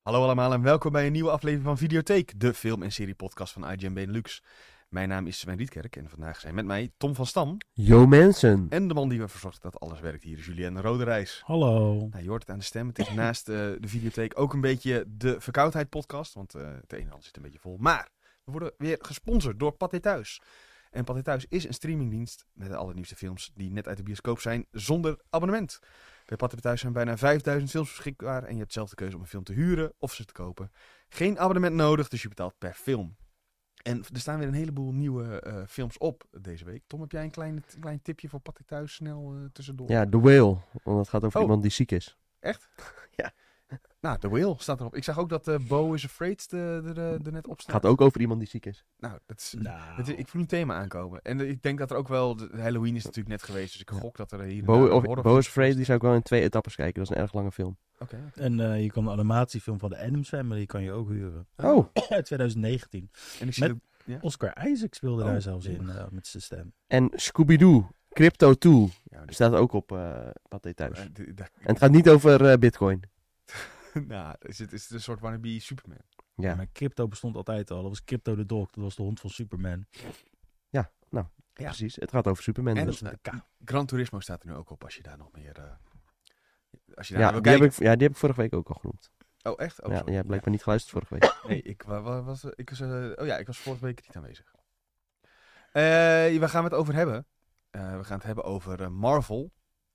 Hallo allemaal en welkom bij een nieuwe aflevering van Videotheek, de film- en serie-podcast van IGN Benelux. Mijn naam is Sven Rietkerk en vandaag zijn met mij Tom van Stam. Yo mensen. En de man die ervoor zorgt dat alles werkt hier is Julien Roderijs. Hallo. Nou, je hoort het aan de stem, het is naast de Videotheek ook een beetje de verkoudheid podcast, want het een en ander zit een beetje vol. Maar we worden weer gesponsord door Pathé Thuis. En Pathé Thuis is een streamingdienst met de allernieuwste films die net uit de bioscoop zijn zonder abonnement. Bij Pathé Thuis zijn bijna 5000 films beschikbaar en je hebt zelf de keuze om een film te huren of ze te kopen. Geen abonnement nodig, dus je betaalt per film. En er staan weer een heleboel nieuwe films op deze week. Tom, heb jij een klein tipje voor Pathé Thuis snel tussendoor? Ja, The Whale. Want het gaat over iemand die ziek is. Echt? Ja. Nou, The Whale staat erop. Ik zag ook dat Bo is Afraid er net op Het staat. gaat ook over iemand die ziek is. Nou, ik voel een thema aankomen. En ik denk dat er ook wel... Halloween is natuurlijk net geweest, dus ik gok dat er hier... Bo is Afraid, die zou ik wel in 2 etappes kijken. Dat is een erg lange film. Oké. En je kan de animatiefilm van de Addams Family kan je ook huren. Oh. Uit 2019. En ik zie Met Oscar Isaac speelde daar zelfs in met zijn stem. En Scooby-Doo, Crypto Tool, Ja, staat ook op Pathé Thuis. En en het gaat niet over Bitcoin. nou, is het een soort wannabe Superman? Ja, Maar crypto bestond altijd al. Dat was Crypto de Dog. Dat was de hond van Superman. ja, nou, Ja. precies. Het gaat over Superman. En Dus. Gran Turismo staat er nu ook op als je daar nog meer... als je daar Ja, wil die heb, kijken. die heb ik vorige week ook al genoemd. Oh, echt? Oh, Ja, sorry. jij hebt blijkbaar niet geluisterd vorige week. Nee, ik was vorige week niet aanwezig. Waar gaan we het over hebben? We gaan het hebben over Marvel.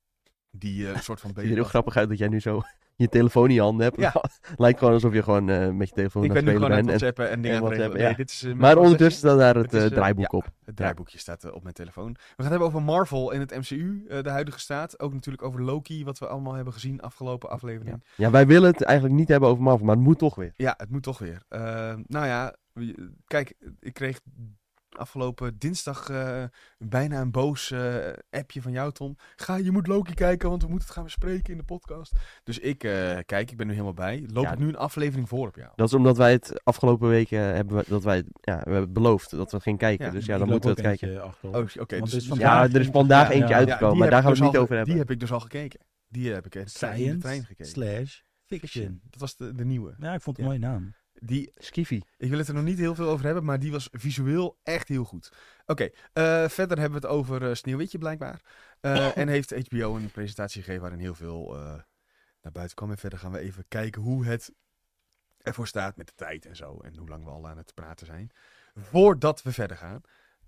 Die een soort van Het ziet er heel grappig uit dat jij nu zo je telefoon in je handen hebt. Ja. Lijkt gewoon alsof je gewoon met je telefoon Ik aan het ben nu spelen gewoon aan het bent. whatsappen en dingen aan het WhatsApp, regelen. ja. Nee, dit is, Maar ondertussen staat daar het Het is, draaiboek ja. op. Het draaiboekje staat op mijn telefoon. We gaan het hebben over Marvel in het MCU, de huidige staat. Ook natuurlijk over Loki, wat we allemaal hebben gezien afgelopen aflevering. Ja, wij willen het eigenlijk niet hebben over Marvel, maar het moet toch weer. Ja, het moet toch weer. Nou ja, kijk, ik kreeg afgelopen dinsdag bijna een boos appje van jou, Tom. Je moet Loki kijken, want we moeten het gaan bespreken in de podcast. Dus ik ben nu helemaal bij. Loop ik nu een aflevering voor op jou? Dat is omdat wij het afgelopen weken we hebben beloofd dat we het gingen kijken. Ja, dus Ik dan loop moeten we het ook kijken. eentje achterop. Oké, Want dus het is Ja, er is vandaag Ja, eentje ja. uitgekomen, maar die daar heb gaan we ik het dus niet over hebben. Die heb ik dus al gekeken. Die heb ik in de trein gekeken. Science/fiction. Dat was de nieuwe. Ja, ik vond het Ja. een mooie naam. Skiffy. Ik wil het er nog niet heel veel over hebben, maar die was visueel echt heel goed. Oké, verder hebben we het over Sneeuwwitje blijkbaar. En heeft HBO een presentatie gegeven waarin heel veel naar buiten kwam. En verder gaan we even kijken hoe het ervoor staat met de tijd en zo. En hoe lang we al aan het praten zijn. Voordat we verder gaan,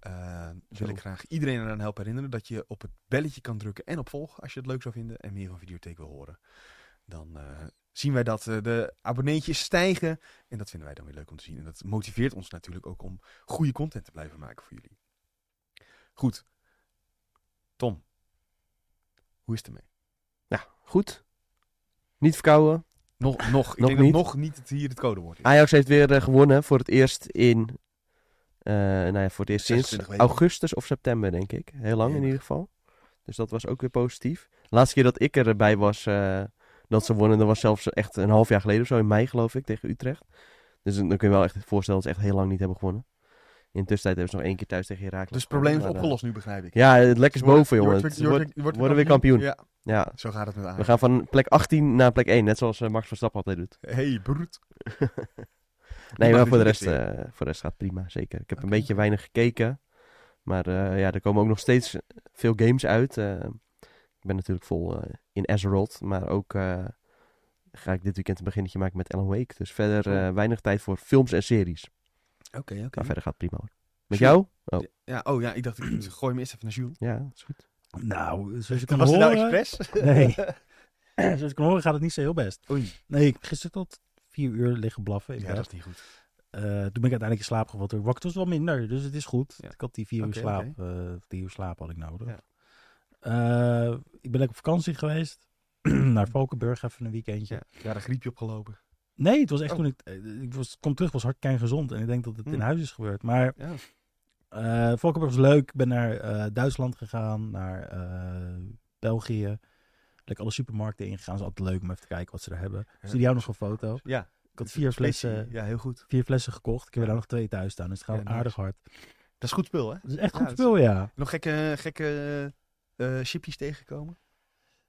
wil ik graag iedereen eraan helpen herinneren dat je op het belletje kan drukken en op volgen als je het leuk zou vinden en meer van Videotheek wil horen. Dan zien wij dat de abonneetjes stijgen. En dat vinden wij dan weer leuk om te zien. En dat motiveert ons natuurlijk ook om goede content te blijven maken voor jullie. Goed. Tom. Hoe is het ermee? Ja, goed. Niet verkouden. Nog. Ik Nog denk niet. dat nog niet hier het codewoord is. Ajax heeft weer gewonnen voor het eerst in... voor het eerst sinds 26 weken. augustus of september, denk ik. Heel lang in Jemig. ieder geval. Dus dat was ook weer positief. De laatste keer dat ik erbij was dat ze wonnen, dat was zelfs echt een half jaar geleden of zo. In mei, geloof ik, tegen Utrecht. Dus dan kun je wel echt voorstellen dat ze echt heel lang niet hebben gewonnen. In de tussentijd hebben ze nog 1 keer thuis tegen Heracles. Dus het probleem is gewonnen, maar, opgelost nu, begrijp ik. Ja, het lekker is boven, jongen. Je worden weer kampioen. Ja, Ja, zo gaat het met Ajax. we gaan van plek 18 naar plek 1. Net zoals Max Verstappen altijd doet. Hey, broed. Nee, mag maar voor de dit rest, gaat het prima, zeker. Ik heb Oké. een beetje weinig gekeken. Maar er komen ook nog steeds veel games uit. Ik ben natuurlijk vol in Azeroth. Maar ook ga ik dit weekend een beginnetje maken met Alan Wake. Dus verder weinig tijd voor films en series. Oké. Maar verder gaat het prima hoor. Met Jules? jou? Oh, Ja, ik dacht, ik gooi hem eerst even naar Jules. ja, dat is goed. Nou, zoals je kan Was het nou horen... expres? Nee. Zoals je kan horen gaat het niet zo heel best. Oei. Nee, ik heb gisteren tot 4 uur liggen blaffen in Ja, bed. dat is niet goed. Toen ben ik uiteindelijk in slaap gevallen. Wakker was wel minder, dus het is goed. Ja. Ik had die 4 uur Oké, slaap. oké. 3 uur slaap had ik nodig. Ja. Ik ben lekker op vakantie geweest. Naar Valkenburg even een weekendje. Ja, daar griepje opgelopen. Nee, het was echt Oh. toen kom terug, was hard gezond. En ik denk dat het in huis is gebeurd. Maar Ja. Valkenburg was leuk. Ik ben naar Duitsland gegaan, naar België. Lekker alle supermarkten ingegaan. Het is altijd leuk om even te kijken wat ze daar hebben. Ja. Zie jou nog een foto? Ja. Ik had 4 flessen, Ja, heel goed. 4 flessen gekocht. Ik heb er daar nog 2 thuis staan. Dus het gaat Ja, nice. aardig hard. Dat is goed spul, hè? Het is echt Ja, goed dat spul, ja. Nog gekke chipjes tegengekomen?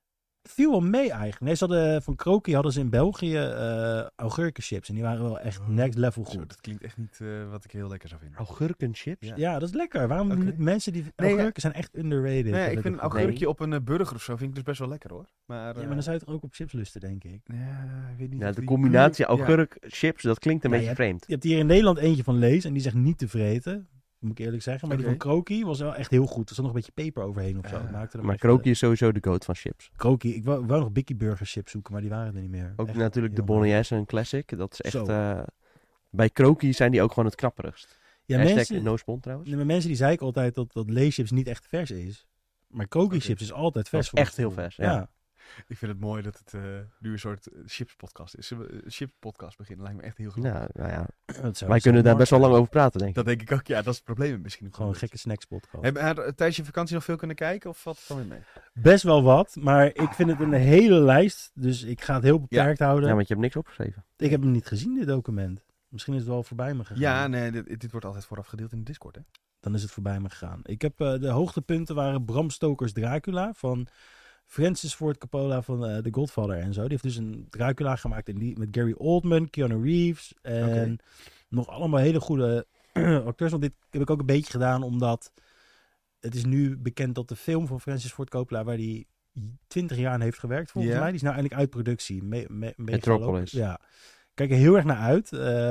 Viel wel mee eigenlijk. Nee, ze hadden, van Kroki hadden ze in België augurkenchips. En die waren wel echt next level Zo, goed. dat klinkt echt niet wat ik heel lekker zou vinden. Augurkenchips? Ja. Ja, dat is lekker. Waarom Oké. mensen die... Nee, augurken zijn echt underrated. Nee, ik Dat vind een ook goed. augurkje op een burger of zo vind ik dus best wel lekker hoor. Maar, Ja, maar dan zou je toch ook op chips lusten, denk ik. Ja, ik weet niet Ja, of de die combinatie puur- ja. augurk-chips, dat klinkt een Ja, beetje vreemd. Je hebt hier in Nederland eentje van Lees en die zegt niet te vreten. Moet ik eerlijk zeggen. Maar die Oké. van Kroki was wel echt heel goed. Er zat nog een beetje peper overheen of zo. Ja. Dat maakte hem Maar echt, Kroki is sowieso de goat van chips. Kroki. Ik wou nog Bikkie Burger chips zoeken, maar die waren er niet meer. Ook Echt natuurlijk de heel mooi. Bolognese en Classic. Dat is echt... Zo. Bij Kroki zijn die ook gewoon het knapperigst. Ja, Hashtag mensen, no spon trouwens. nee, maar mensen die zeiken altijd dat Lees chips niet echt vers is. Maar Kroki Oké. chips is altijd vers. Dat voor is echt mijn heel gevoel. vers, ja. Ik vind het mooi dat het nu een soort chips-podcast is. Zullen we een chips-podcast beginnen? Lijkt me echt heel goed. Nou ja. Dat zou Wij kunnen daar best wel lang over praten, denk ik. Dat denk ik ook. Ja, dat is het probleem misschien. Gewoon een gekke snackspot. Tijdens je vakantie nog veel kunnen kijken of valt het dan weer mee? Best wel wat, maar ik vind het een hele lijst. Dus ik ga het heel beperkt houden. Ja, want je hebt niks opgeschreven. Ik heb hem niet gezien, dit document. Misschien is het wel voorbij me gegaan. Ja, nee, dit wordt altijd vooraf gedeeld in de Discord, hè? Dan is het voorbij me gegaan. Ik heb de hoogtepunten waren Bram Stokers Dracula van Francis Ford Coppola van The Godfather en zo. Die heeft dus een Dracula gemaakt met Gary Oldman, Keanu Reeves en nog allemaal hele goede acteurs. Want dit heb ik ook een beetje gedaan omdat het is nu bekend dat de film van Francis Ford Coppola, waar hij 20 jaar aan heeft gewerkt volgens Ja. mij, die is nou eindelijk uit productie. Metropolis. Ja. Ik kijk er heel erg naar uit.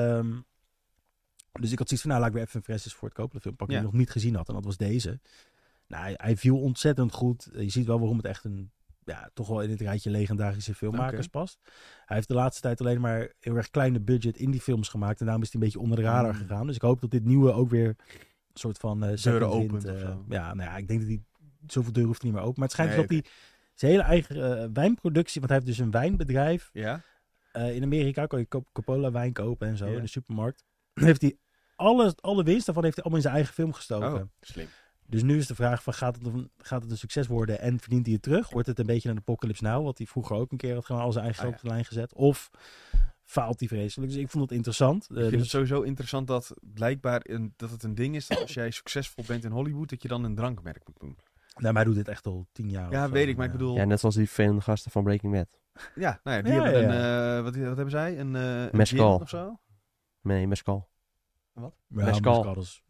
Dus ik had zoiets van, nou laat ik weer even een Francis Ford Coppola film pakken die ik nog niet gezien had. En dat was deze. Nou, hij viel ontzettend goed. Je ziet wel waarom het echt toch wel in het rijtje legendarische filmmakers past. Hij heeft de laatste tijd alleen maar heel erg kleine budget indie films gemaakt. En daarom is hij een beetje onder de radar gegaan. Dus ik hoop dat dit nieuwe ook weer een soort van deuren opent of zo. Ik denk dat hij zoveel deuren hoeft hij niet meer open. Maar het schijnt dat hij zijn hele eigen wijnproductie, want hij heeft dus een wijnbedrijf. Ja? In Amerika kan je Coppola wijn kopen en zo Ja. in de supermarkt. Heeft hij alle winst daarvan heeft hij allemaal in zijn eigen film gestoken. Oh, slim. Dus nu is de vraag van gaat het een succes worden en verdient hij het terug? Wordt het een beetje een Apocalypse Now, wat hij vroeger ook een keer had gewoon al zijn eigen geld op de lijn gezet? Of faalt hij vreselijk? Dus ik vond het interessant. Ik vind het sowieso interessant dat blijkbaar dat het een ding is dat als jij succesvol bent in Hollywood, dat je dan een drankmerk moet doen. Nou, maar hij doet dit echt al 10 jaar. Ja, of zo. weet ik, maar ik bedoel... Ja, net zoals die gasten van Breaking Bad. Ja, nou ja, die Ja, hebben ja. wat hebben zij? Een Mescal. gin of zo? Nee, Mescal. Ja, Mescal. Mescal is-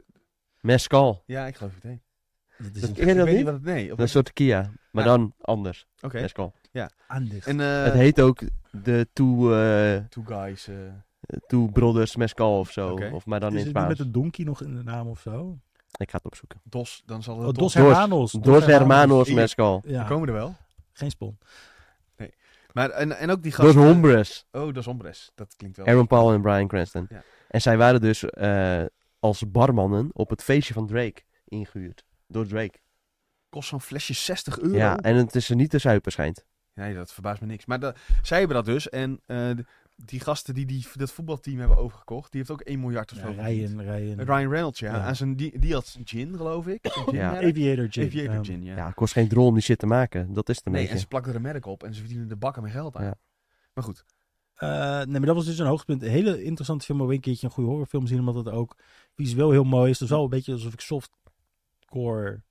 Mescal. Ja, ik geloof het, nee. dat is Dat een ken je dat weet niet? wat het... Nee. Dat is een soort Kia, maar Ja. dan anders. Oké. Mescal. aandicht. En Het heet ook de Two Guys... Two Brothers Mescal of zo. Oké. Of maar dan Is in het niet Spaans. met een donkey nog in de naam of zo? Ik ga het opzoeken. Dos, dan zal Oh, het Dos Dos. Hermanos. Dos Hermanos Hier. Mescal. Ja, We komen er wel. geen spon. Maar, en ook die Dos gasten... Hombres. Oh, Dos Hombres. Dat klinkt wel... Aaron Paul en Bryan Cranston. Ja. En zij waren dus als barmannen op het feestje van Drake ingehuurd. Door Drake. Kost zo'n flesje €60. Ja, en het is er niet te zuipen schijnt. Nee, dat verbaast me niks. Maar zij hebben dat dus. En die gasten die dat voetbalteam hebben overgekocht, die heeft ook 1 miljard of zo. verdiend. Ryan. Ryan Reynolds, ja. Ja. Aan die had zijn gin, geloof ik. Zijn Ja. ginmerk. Aviator Gin. Aviator Gin, ja. Ja, het kost geen drol om die shit te maken. Dat is het een Nee, beetje. en ze plakken er een merk op en ze verdienen de bakken met geld aan. Ja. Maar goed. Nee, maar dat was dus een hoogtepunt. Een hele interessante film. Maar weer een keertje een goede horrorfilm zien. Omdat het ook visueel heel mooi is. Het is wel een beetje alsof ik softcore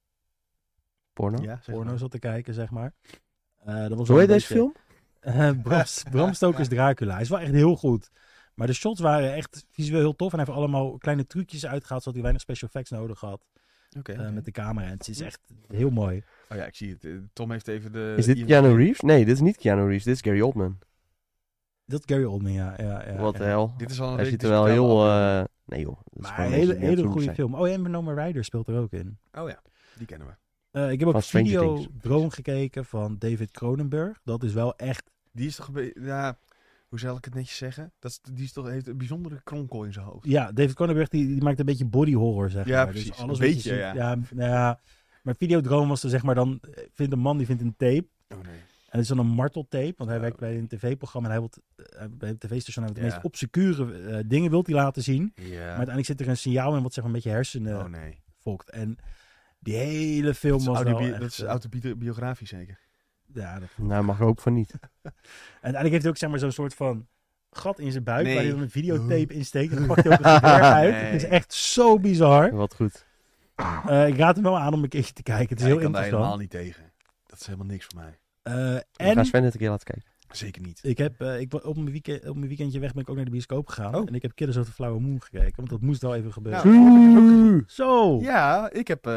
Porno. Ja, zeg porno maar. zat te kijken, zeg maar. Dat was Zo wel heet een deze film? beetje- Bram Stokers Dracula. Hij is wel echt heel goed. Maar de shots waren echt visueel heel tof. En hij heeft allemaal kleine trucjes uitgehaald. Zodat hij weinig special effects nodig had. Oké. Met de camera. En het is echt heel mooi. Oh ja, ik zie het. Tom heeft even de... Is dit Keanu Reeves? Nee, dit is niet Keanu Reeves. Dit is Gary Oldman. Dat is Gary Oldman, ja. Wat de ja. hel. Dit is al een Hij week- ziet er wel dit is heel... wel- nee joh. Dat is Maar gewoon een mensen die aan hele het goede zoenen film. Oh, en Winona Ryder speelt er ook in. Oh ja, die kennen we. Ik heb ook Van Stranger Things. Videodrome gekeken van David Cronenberg. Dat is wel echt... Die is toch... Ja, hoe zal ik het netjes zeggen? Die is toch, heeft een bijzondere kronkel in zijn hoofd. Ja, David Cronenberg die maakt een beetje body horror, zeg Ja, maar. precies. Dus alles Een wat beetje, je ziet, ja. nou ja. Maar Videodrome was er, zeg maar, dan vindt een man die vindt een tape. Oh nee. En het is dan een marteltape, want hij Oh. werkt bij een tv-programma. En hij wil bij een tv-station de Ja. meest obscure dingen wilt hij laten zien. Ja. Maar uiteindelijk zit er een signaal in wat zeg maar een beetje hersenen Oh nee. fokt. En die hele film was wel echt... Dat is autobiografisch zeker. ja, dat... Nou, mag ik hoop van niet. En uiteindelijk heeft hij ook zeg maar zo'n soort van gat in zijn buik Nee. waar hij dan een videotape in steekt. En dan pakt hij ook een geweer uit. Nee. Het is echt zo bizar. Wat goed. Ik raad hem wel aan om een keertje te kijken. Het is Ja, heel ik kan daar interessant. helemaal niet tegen. Dat is helemaal niks voor mij. We En gaan Sven het een keer laten kijken. Zeker niet. op mijn weekendje weg ben ik ook naar de bioscoop gegaan. Oh. En ik heb Killers of the Flower Moon gekeken. Want dat moest wel even gebeuren. Nou, Zo! ja, ik heb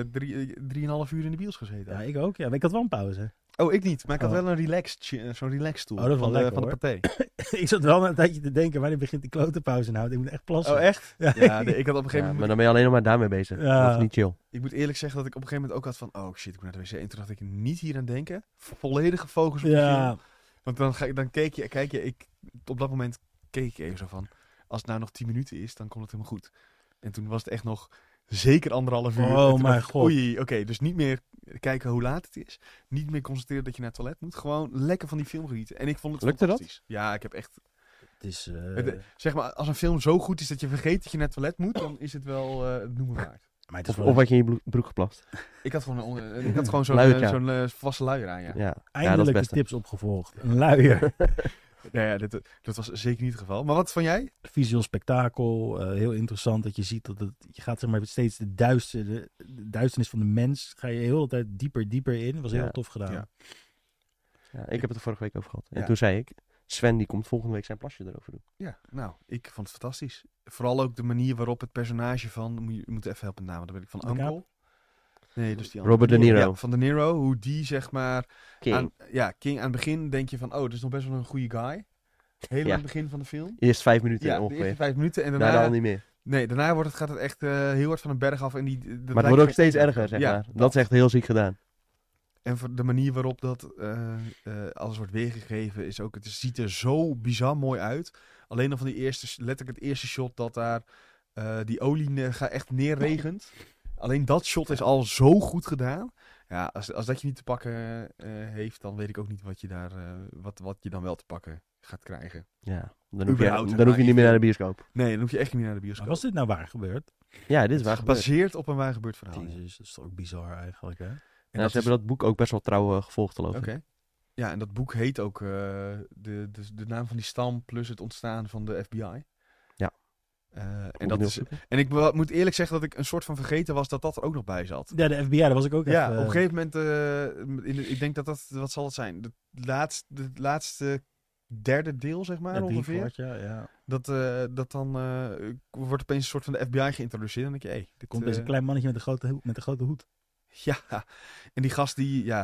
3,5 uur in de bios gezeten. Ja, ik ook. Ja, maar ik had wel een pauze. Oh, ik niet. Maar ik had Oh. wel zo'n relax stoel. Oh, dat is wel van, lekker, van de paté. Ik zat wel een tijdje te denken, wanneer begint die klote pauze nou? Ik moet echt plassen. Oh, echt? Ja. Ja, nee, ik had op een gegeven Ja, moment... maar dan ben je alleen nog maar daarmee bezig. Ja. Dat is niet chill. Ik moet eerlijk zeggen dat ik op een gegeven moment ook had van... Oh shit, ik moet naar de wc. En toen dacht ik niet hier aan denken. Volledige focus op de film. Ja, Want dan kijk je... Op dat moment keek ik even zo van... Als het nou nog 10 minuten is, dan komt het helemaal goed. En toen was het echt nog zeker 1,5 uur. Oh, En toen mijn dacht ik, god. Oei, oké. Dus niet meer kijken hoe laat het is. Niet meer concentreren dat je naar het toilet moet. Gewoon lekker van die film genieten. En ik vond het Lukte dat? fantastisch. Ja, ik heb echt... het is... Zeg maar, als een film zo goed is dat je vergeet dat je naar het toilet moet... dan is het wel het noemen waard. maar het is Of wel had je in je broek geplast. Ik had gewoon zo'n Luiertje aan. zo'n vaste luier aan, ja. Ja, dat is eindelijk het de beste. tips opgevolgd. Een luier. Nou ja, dat was zeker niet het geval. Maar wat van jij? Visueel spektakel. Heel interessant dat je ziet dat je gaat zeg maar steeds de duisternis van de mens. Ga je heel de tijd dieper in. Dat was heel Ja. tof gedaan. Ja. Ja, ik heb het er vorige week over gehad. En Ja. toen zei ik, Sven die komt volgende week zijn plasje erover doen. Ja, nou, ik vond het fantastisch. Vooral ook de manier waarop het personage van... Je moet even helpen met namen, dat weet ik van De Uncle. Nee, dus die Robert De Niro. Ja, van De Niro. Hoe die zeg maar... King. King aan het begin denk je van... Oh, dat is nog best wel een goede guy. Helemaal Ja. aan het begin van de film. Eerst 5 minuten Ja, de ongeveer. eerste 5 minuten. En Daarna daarna... al niet meer. Nee, daarna gaat het echt heel hard van een berg af. En Maar het wordt ook steeds erger, zeg maar. Dat is echt heel ziek gedaan. En voor de manier waarop dat alles wordt weergegeven is ook... Het ziet er zo bizar mooi uit. Alleen al van die letterlijk het eerste shot dat daar die olie echt neerregent. Alleen dat shot is al zo goed gedaan. Ja, als dat je niet te pakken heeft, dan weet ik ook niet wat je daar, wat je dan wel te pakken gaat krijgen. Ja, dan hoef Überhaupt, je, dan hoef je niet meer naar de bioscoop. Nee, dan hoef je echt niet meer naar de Maar bioscoop. was dit nou waar gebeurd? Ja, dit is waar gebeurd. Gebaseerd op een waar gebeurd verhaal. ja. Jezus, dat is toch ook bizar eigenlijk, hè? En Ja, dat ze hebben dat boek ook best wel trouw gevolgd, geloof ik. Oké. Ja, en dat boek heet ook de naam van die stam plus het ontstaan van de FBI. Ja. En, dat is, en ik moet eerlijk zeggen dat ik een soort van vergeten was dat dat er ook nog bij zat. Ja, de FBI, daar was ik ook Ja, even... op een gegeven moment, ik denk dat, wat zal het zijn? De laatste derde deel, zeg maar, ja, ongeveer. ja. Dat dan wordt opeens een soort van de FBI geïntroduceerd. En dan denk je, dit Komt dus een klein mannetje met een grote hoed. Ja, en die gast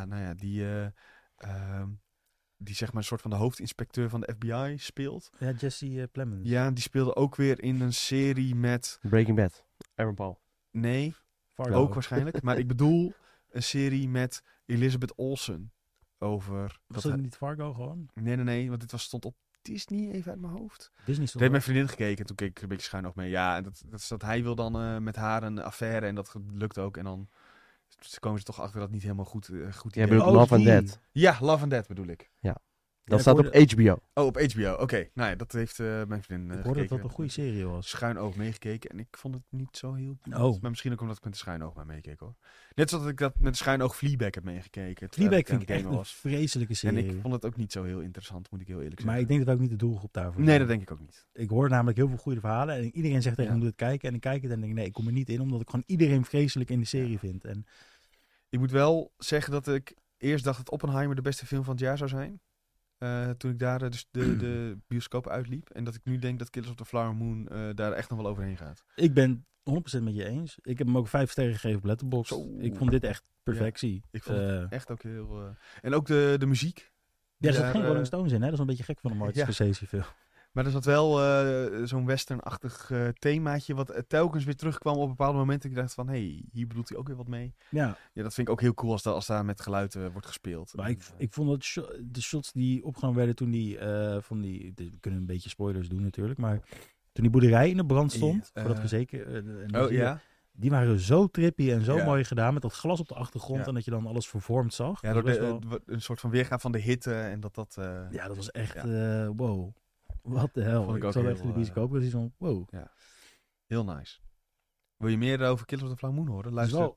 die zeg maar een soort van de hoofdinspecteur van de FBI speelt. Ja, Jesse Plemons. Ja, die speelde ook weer in een serie met... Breaking Bad. Aaron Paul. Nee, Fargo. ook waarschijnlijk. Maar ik bedoel een serie met Elizabeth Olsen over... Was dat niet Fargo gewoon? Nee, want dit stond op Disney even uit mijn hoofd. Disney Toen stond heeft mijn vriendin gekeken en toen keek ik een beetje schuin op mee. Ja, en dat hij wil dan met haar een affaire en dat lukt ook. En dan komen ze toch achter dat het niet helemaal goed Jij idee bedoelt was. Love and die. Dead. Ja, Love and Dead bedoel ik. Dat ik staat op hoorde- HBO. Oh, op HBO. Oké. Nou ja, dat heeft mijn vriendin Ik hoorde dat gekeken. dat een goede serie was. Schuin oog meegekeken en ik vond het niet zo heel goed. Oh. Maar misschien ook omdat ik met de schuin oog maar meekeek hoor. Net zoals ik dat met de schuin oog Fleabag heb meegekeken. terwijl Fleabag aan vind ik het echt gamen een vreselijke En serie. ik vond het ook niet zo heel interessant, moet ik heel eerlijk Maar zeggen. ik denk dat we ook niet de doelgroep daarvoor Nee, zijn. dat denk ik ook niet. Ik hoor namelijk heel veel goede verhalen. En iedereen zegt tegen Ja. me, doe het kijken. En ik kijk het en denk, nee, ik kom er niet in. Omdat ik gewoon iedereen vreselijk in de serie vind. En Ik moet wel zeggen dat ik eerst dacht dat Oppenheimer de beste film van het jaar zou zijn. Toen ik daar dus de bioscoop uitliep. En dat ik nu denk dat Killers of the Flower Moon daar echt nog wel overheen gaat. ik ben 100% met je eens. Ik heb hem ook 5 sterren gegeven op Letterboxd. Zo. Ik vond dit echt perfectie. Ik vond het Eh, echt ook heel... En ook de muziek. ja, Die er zat daar, geen Rolling Stones in, hè? Dat is een beetje gek van een Martin Ja. Scorsese film. Maar er zat wel zo'n westernachtig themaatje wat telkens weer terugkwam op bepaalde momenten. Ik dacht van, hier bedoelt hij ook weer wat mee. Ja, Ja, dat vind ik ook heel cool als daar met geluid wordt gespeeld. maar ik vond dat de shots die opgenomen werden toen we kunnen een beetje spoilers doen natuurlijk, maar toen die boerderij in de brand stond, Ja, voordat we zeker... Oh ja? Die waren zo trippy en zo Ja. mooi gedaan met dat glas op de achtergrond Ja. en dat je dan alles vervormd zag. Ja, dat door was wel- een soort van weergave van de hitte en dat... ja, dat was echt, Ja. wow. Wat de hel. Vond ik Ik ook zat heel, echt in de bioscoop, dat is van, wow. Heel nice. Wil je meer over Killers of the Flower Moon horen? Luister Zo. de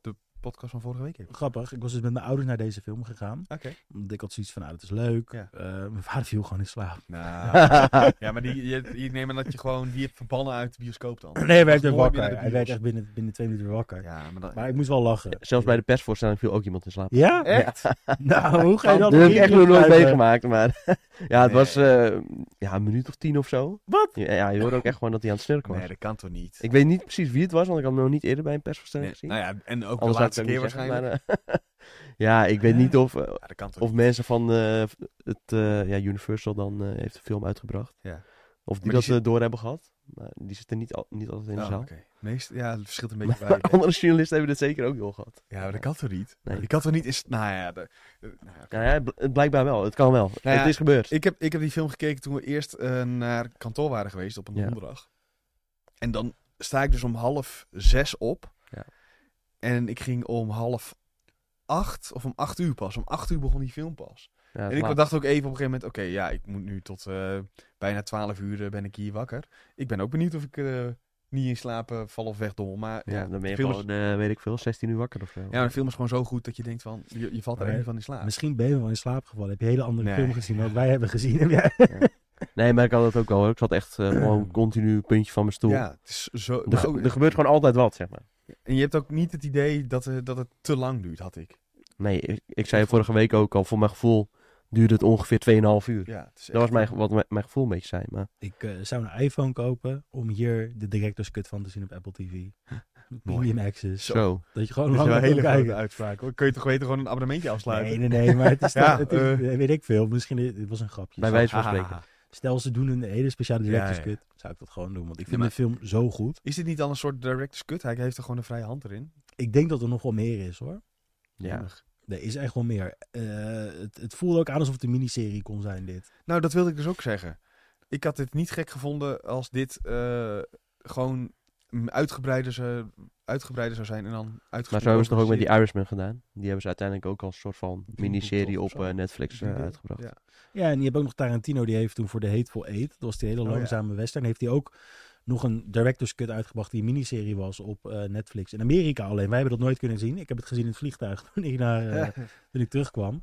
podcast van vorige week even. Grappig, ik was dus met mijn ouders naar deze film gegaan. Oké. Omdat ik had zoiets van, dat is leuk. Ja. Mijn vader viel gewoon in slaap. Nou, ja, maar je neemt aan dat je gewoon die hebt verbannen uit de bioscoop dan. Nee, hij werd Dat er is mooi wakker. binnen de Hij werd bios. echt binnen 2 minuten weer wakker. Ja, maar, Maar ik moest wel lachen. Zelfs bij de persvoorstelling viel ook iemand in slaap. Ja? Echt? Nou, hoe ga je dat Dat heb ik echt nog nooit beschrijven? meegemaakt, maar ja, het Nee. was een minuut of 10 of zo. Wat? Ja, je hoorde ook echt gewoon dat hij aan het snurken was. Nee, dat kan toch niet? Ik weet niet precies wie het was, want ik had hem nog niet eerder bij een persvoorstelling Nee, gezien. nou ja, en ook Anders de had ik laatste het keer ook niet zeggen, waarschijnlijk. maar, ja, ik weet niet of, Ja, dat kan toch of niet? mensen van Universal dan heeft de film uitgebracht. Ja. Of die Maar dat die zit- door hebben gehad. Maar die zitten niet altijd in de Oh, zaal. oké. Ja, het verschilt een beetje Maar bij. andere journalisten hebben dit zeker ook door gehad. Ja, maar dat kan toch niet? Nee. Die kan toch niet? Nou ja, oké. Nou ja, het blijkbaar wel. Het kan wel. Nou ja, het is gebeurd. Ik heb die film gekeken toen we eerst naar kantoor waren geweest op een Ja. donderdag. En dan sta ik dus om 5:30 op. Ja. En ik ging om 7:30 of om 8:00 pas. Om 8:00 begon die film pas. Ja, het En ik laat. dacht ook even op een gegeven moment, oké, ja, ik moet nu tot bijna 12 uur ben ik hier wakker. Ik ben ook benieuwd of ik niet in slaap val of wegdommel. Maar Ja, dan ben je de film gewoon, weet ik veel, 16 uur wakker of zo. ja, maar de film is gewoon zo goed dat je denkt van, je valt er Maar echt niet van in slaap. Misschien ben je wel in slaap gevallen. Heb je een hele andere Nee. film gezien dan wat wij hebben gezien? Heb jij? Nee, maar ik had het ook wel hoor. Ik zat echt gewoon continu puntje van mijn stoel. Ja, het is zo... Er gebeurt gewoon altijd wat, zeg maar. En je hebt ook niet het idee dat het te lang duurt, had ik. Nee, ik zei vorige week ook al, voor mijn gevoel duurde het ongeveer 2,5 uur. Ja, het is Dat was echt- wat mijn gevoel een beetje zei. Maar Ik zou een iPhone kopen om hier de director's cut van te zien op Apple TV. Premium Access. zo. Dat je gewoon Dat is lang wel een hele kan grote kijken. uitspraak. Hoor. Kun je toch weten gewoon een abonnementje afsluiten? Nee, maar het is, Ja, het is weet ik veel. Misschien het was een grapje. Bij wijze van spreken. Hahaha. Stel ze doen een hele speciale director's Ja. cut, zou ik dat gewoon doen. Want ik Ja, vind maar- de film zo goed. Is dit niet dan een soort director's cut? Hij heeft er gewoon een vrije hand erin. Ik denk dat er nog wel meer is hoor. Ja. Jemig. Er is echt wel meer. Het voelde ook aan alsof het een miniserie kon zijn dit. Nou, dat wilde ik dus ook zeggen. Ik had dit niet gek gevonden als dit gewoon uitgebreider zou zijn en dan uitgesproken. Maar zo hebben ze toch ook met die over Irishman gedaan. Die hebben ze uiteindelijk ook als een soort van miniserie of op zo. Netflix serie. uitgebracht. Ja. Ja, en je hebt ook nog Tarantino, die heeft toen voor The Hateful Eight, dat was die hele Oh, ja. langzame western, heeft hij ook nog een director's cut uitgebracht die een miniserie was op Netflix. In Amerika alleen, wij hebben dat nooit kunnen zien. Ik heb het gezien in het vliegtuig toen ik terugkwam.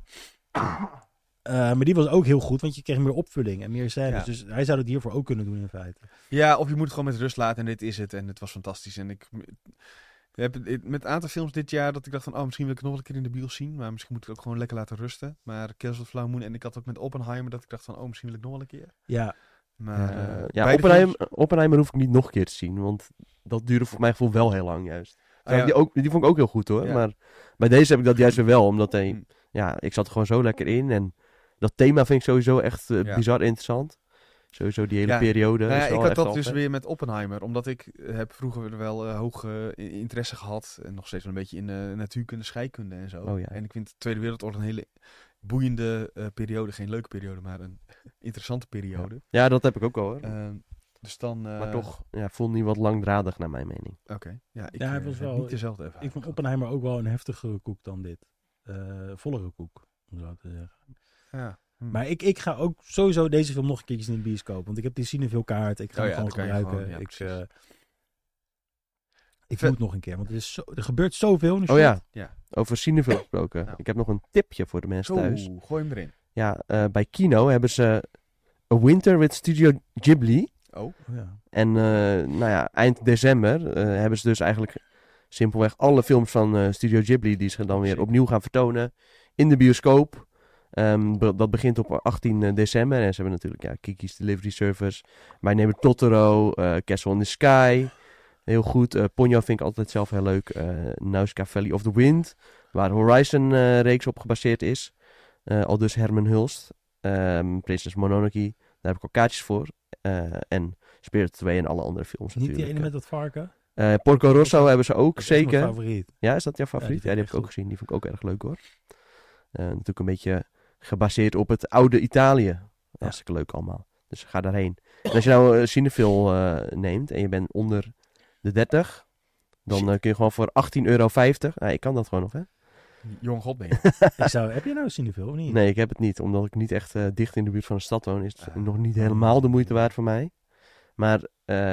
Maar die was ook heel goed, want je kreeg meer opvulling en meer scènes. Ja. Dus hij zou het hiervoor ook kunnen doen in feite. Ja, of je moet het gewoon met rust laten en dit is het. En het was fantastisch. En ik heb met een aantal films dit jaar dat ik dacht van, oh, misschien wil ik het nog wel een keer in de bios zien. Maar misschien moet ik het ook gewoon lekker laten rusten. Maar Killers of the Flower Moon en ik had ook met Oppenheimer dat ik dacht van, oh, misschien wil ik nog wel een keer. Ja, Maar Ja, beide Oppenheimer hoef ik niet nog een keer te zien. Want dat duurde voor mijn gevoel wel heel lang juist. Ah, ja. Die vond ik ook heel goed hoor. Ja. Maar bij deze heb ik dat juist weer wel. Omdat Hm. ik zat er gewoon zo lekker in. En dat thema vind ik sowieso echt Ja. bizar interessant. Sowieso die hele Ja. periode. Nou ja, is wel ik had echt dat al dus vet. weer met Oppenheimer. Omdat ik heb vroeger wel hoog interesse gehad. En nog steeds wel een beetje in natuurkunde, scheikunde en zo. Oh ja. En ik vind de Tweede Wereldoorlog een hele boeiende periode. Geen leuke periode, maar een interessante periode. Ja, dat heb ik ook al hoor. Dus dan... maar toch, voelde niet wat langdradig naar mijn mening. Oké. Ja, ik Ja, hij was heb wel- niet dezelfde ervaring. ik vond Oppenheimer ook wel een heftigere koek dan dit. Vollere koek, om zo te zeggen. Ja. Maar ik ga ook sowieso deze film nog een keertje in de bioscoop. Want ik heb die Cineville kaart. Ik ga Oh hem ja, gewoon dan kan je gebruiken. gewoon- ja, ik Vet. moet nog een keer. Want er gebeurt zoveel nu. Oh ja, Ja. over Cineville gesproken. Nou. Ik heb nog een tipje voor de mensen thuis. Zo, gooi hem erin. Ja, bij Kino hebben ze A Winter with Studio Ghibli. Oh. Oh, ja. En eind december hebben ze dus eigenlijk simpelweg alle films van Studio Ghibli die ze dan weer Sick. opnieuw gaan vertonen in de bioscoop. Dat begint op 18 december. En ze hebben natuurlijk Kiki's Delivery Service, My Neighbor Totoro, Castle in the Sky. Heel goed. Ponyo vind ik altijd zelf heel leuk. Nausicaa Valley of the Wind, waar Horizon-reeks op gebaseerd is. Al dus Herman Hulst. Princess Mononoke, daar heb ik al kaartjes voor. En Spirit 2 en alle andere films Niet die natuurlijk. ene met dat varken? Porco Rosso hebben ze ook, Dat is echt mijn zeker. favoriet. Ja, is dat jouw Ja, favoriet? die Ja, vind die ik heb ik echt ook gezien. Die vond ik ook erg leuk hoor. Natuurlijk een beetje gebaseerd op het oude Italië. Hartstikke leuk allemaal. Dus ga daarheen. En als je nou een Cinefil neemt en je bent onder de 30, dan kun je gewoon voor €18,50. Ik kan dat gewoon nog, hè? Jong god ben je. Heb je nou Cineville of niet? Nee, ik heb het niet. Omdat ik niet echt dicht in de buurt van de stad woon, is het Ah. nog niet helemaal de moeite waard voor mij. Maar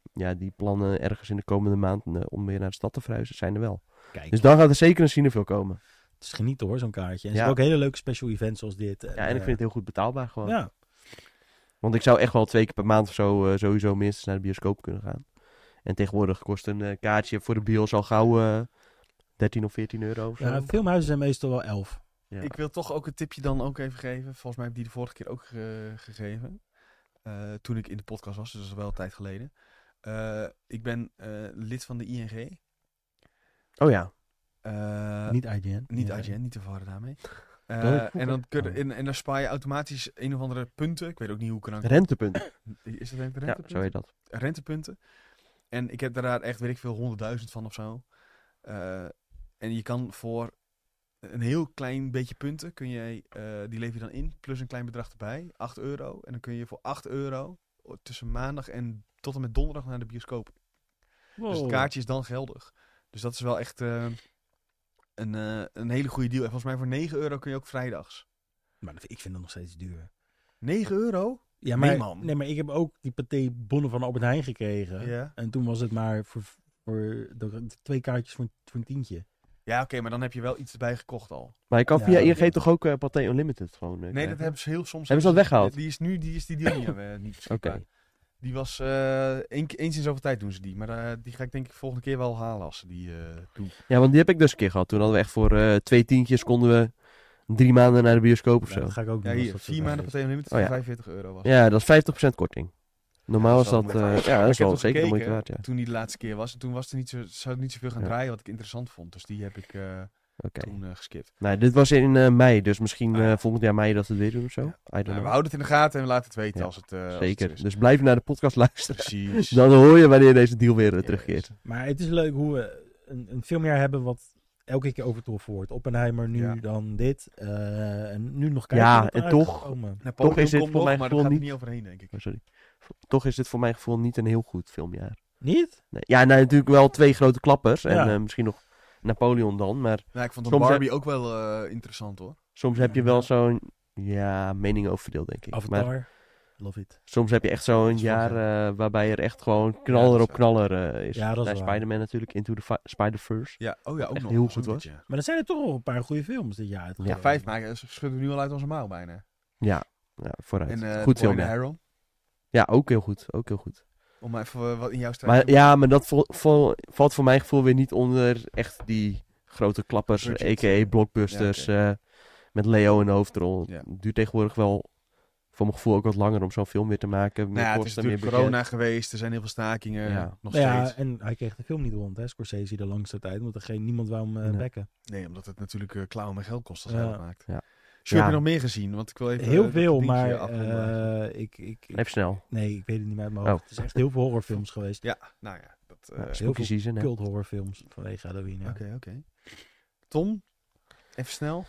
die plannen ergens in de komende maand om weer naar de stad te verhuizen zijn er wel. Kijk, Dus dan gaat er zeker een Cinefil komen. het is genieten hoor, zo'n kaartje. En Ja. ze hebben ook hele leuke special events zoals dit. Ja, en ik vind het heel goed betaalbaar gewoon. Ja, Want ik zou echt wel 2 keer per maand of zo sowieso minstens naar de bioscoop kunnen gaan. En tegenwoordig kost een kaartje voor de bios al gauw 13 of 14 euro of zo. ja, filmhuizen zijn meestal wel 11. Ja. Ik wil toch ook een tipje dan ook even geven. Volgens mij heb ik die de vorige keer ook gegeven. Toen ik in de podcast was, dus dat is wel een tijd geleden. Ik ben lid van de ING. Oh ja. Niet IGN. Niet Ja. IGN, niet te verwarren daarmee. ik En dan kun je, vroeger. en daar spaar je automatisch een of andere punten. Ik weet ook niet hoe ik er aan kom. Rentepunten. Is dat rentepunten? Ja, zo heet dat. Rentepunten. En ik heb daar echt, weet ik veel, 100.000 van of zo. En je kan voor een heel klein beetje punten, die lever je dan in, plus een klein bedrag erbij, 8 euro. En dan kun je voor 8 euro tussen maandag en tot en met donderdag naar de bioscoop. Wow. Dus het kaartje is dan geldig. Dus dat is wel echt een hele goede deal. En volgens mij voor 9 euro kun je ook vrijdags. Maar ik vind dat nog steeds duur. 9 euro? Ja, Nee, maar, man. nee, maar ik heb ook die paté-bonnen van Albert Heijn gekregen. Ja. En toen was het maar voor 2 kaartjes voor een tientje. Ja, oké, maar dan heb je wel iets erbij gekocht al. Maar je kan Ja, via ING oké. toch ook Pathé Unlimited gewoon Nee, krijgen? dat hebben ze heel soms. Hebben ze dat weggehaald? Die is die deal niet beschikbaar. Oké. Die was eens in zoveel tijd doen ze die. Maar die ga ik denk ik volgende keer wel halen als ze die doen. Ja, want die heb ik dus een keer gehad. Toen hadden we echt voor 2 tientjes konden we 3 maanden naar de bioscoop of Ja, zo. dat ga ik ook doen. Ja, als hier, dat zo 4 maanden is. Pathé Unlimited Oh, voor ja. 45 euro was. Ja, dat is 50% korting. Normaal Ja, is dat... dat is wel ja, Maar dat is ik heb wel toch zeker de moeite gekeken waard, ja. toen die de laatste keer was. En toen was het zou het niet zoveel gaan Ja. draaien wat ik interessant vond. Dus die heb ik Oké. toen geskipt. Nou, dit was in mei, dus misschien Ah, ja. volgend jaar mei dat we het weer doen of zo. Ja. I don't Nou, know. we houden het in de gaten en we laten het weten Ja, als het als het Zeker. zo is. Dus blijf naar de podcast luisteren. Precies. Dan hoor je wanneer deze deal weer Yes. terugkeert. Maar het is leuk hoe we een filmjaar hebben wat elke keer overtroffen wordt. Oppenheimer, nu Ja. dan dit. En nu nog kijken. Ja, wat en eruit toch- is gekomen. Napoleon Toch is dit komt voor nog, mijn maar daar gevoel gaat het niet- niet overheen, denk ik. Oh, sorry. Toch is dit voor mijn gevoel niet een heel goed filmjaar. Niet? Nee. Ja, nou, natuurlijk wel 2 grote klappers. En Ja. misschien nog Napoleon dan. Maar Nou, ik vond de Soms Barbie ook wel interessant hoor. soms heb je wel zo'n... Ja, mening over verdeeld, denk ik. Avatar. Maar Love it. soms heb je echt zo'n Dat is jaar wel waarbij er echt gewoon dat knaller is op waar. knaller is. Ja, dat is Nou, waar. Spider-Man natuurlijk, Into the Spider-Verse. Ja, ook echt nog. heel Dat goed ook was. dit jaar. Maar er zijn er toch nog een paar goede films dit jaar Ja, uitgekomen. 5 maken schudden we nu al uit onze mouw bijna. Ja, vooruit. En Goed The Boy and the filmjaar. Heron. Ja, ook heel goed. Ook heel goed. Om even wat in jouw strijd Maar te doen. ja, maar dat valt voor mijn gevoel weer niet onder echt die grote klappers, Budget. a.k.a. blockbusters, Ja, met Leo in de hoofdrol. Ja. Het duurt tegenwoordig wel, voor mijn gevoel, ook wat langer om zo'n film weer te maken. Meer Nou ja, het is kosten, meer natuurlijk budget. corona geweest. Er zijn heel veel stakingen. Ja. Nog Nou ja, steeds. en hij kreeg de film niet rond, hè, Scorsese, de langste tijd. Omdat er niemand wou hem Nee. bekken. Nee, omdat het natuurlijk klauwen met geld kost als Ja. hij dat maakt. Ja. Sjoerd, heb Ja. je nog meer gezien? Want ik wil even... Heel dat veel, dingetje maar afronden. ik Even snel. nee, ik weet het niet meer uit mijn hoofd. Oh. Het is echt heel veel horrorfilms geweest. Ja, nou ja. Dat, Ja, oké. spooky veel season, hè. Cult horrorfilms vanwege Halloween. Ja. Oké. Tom, even snel.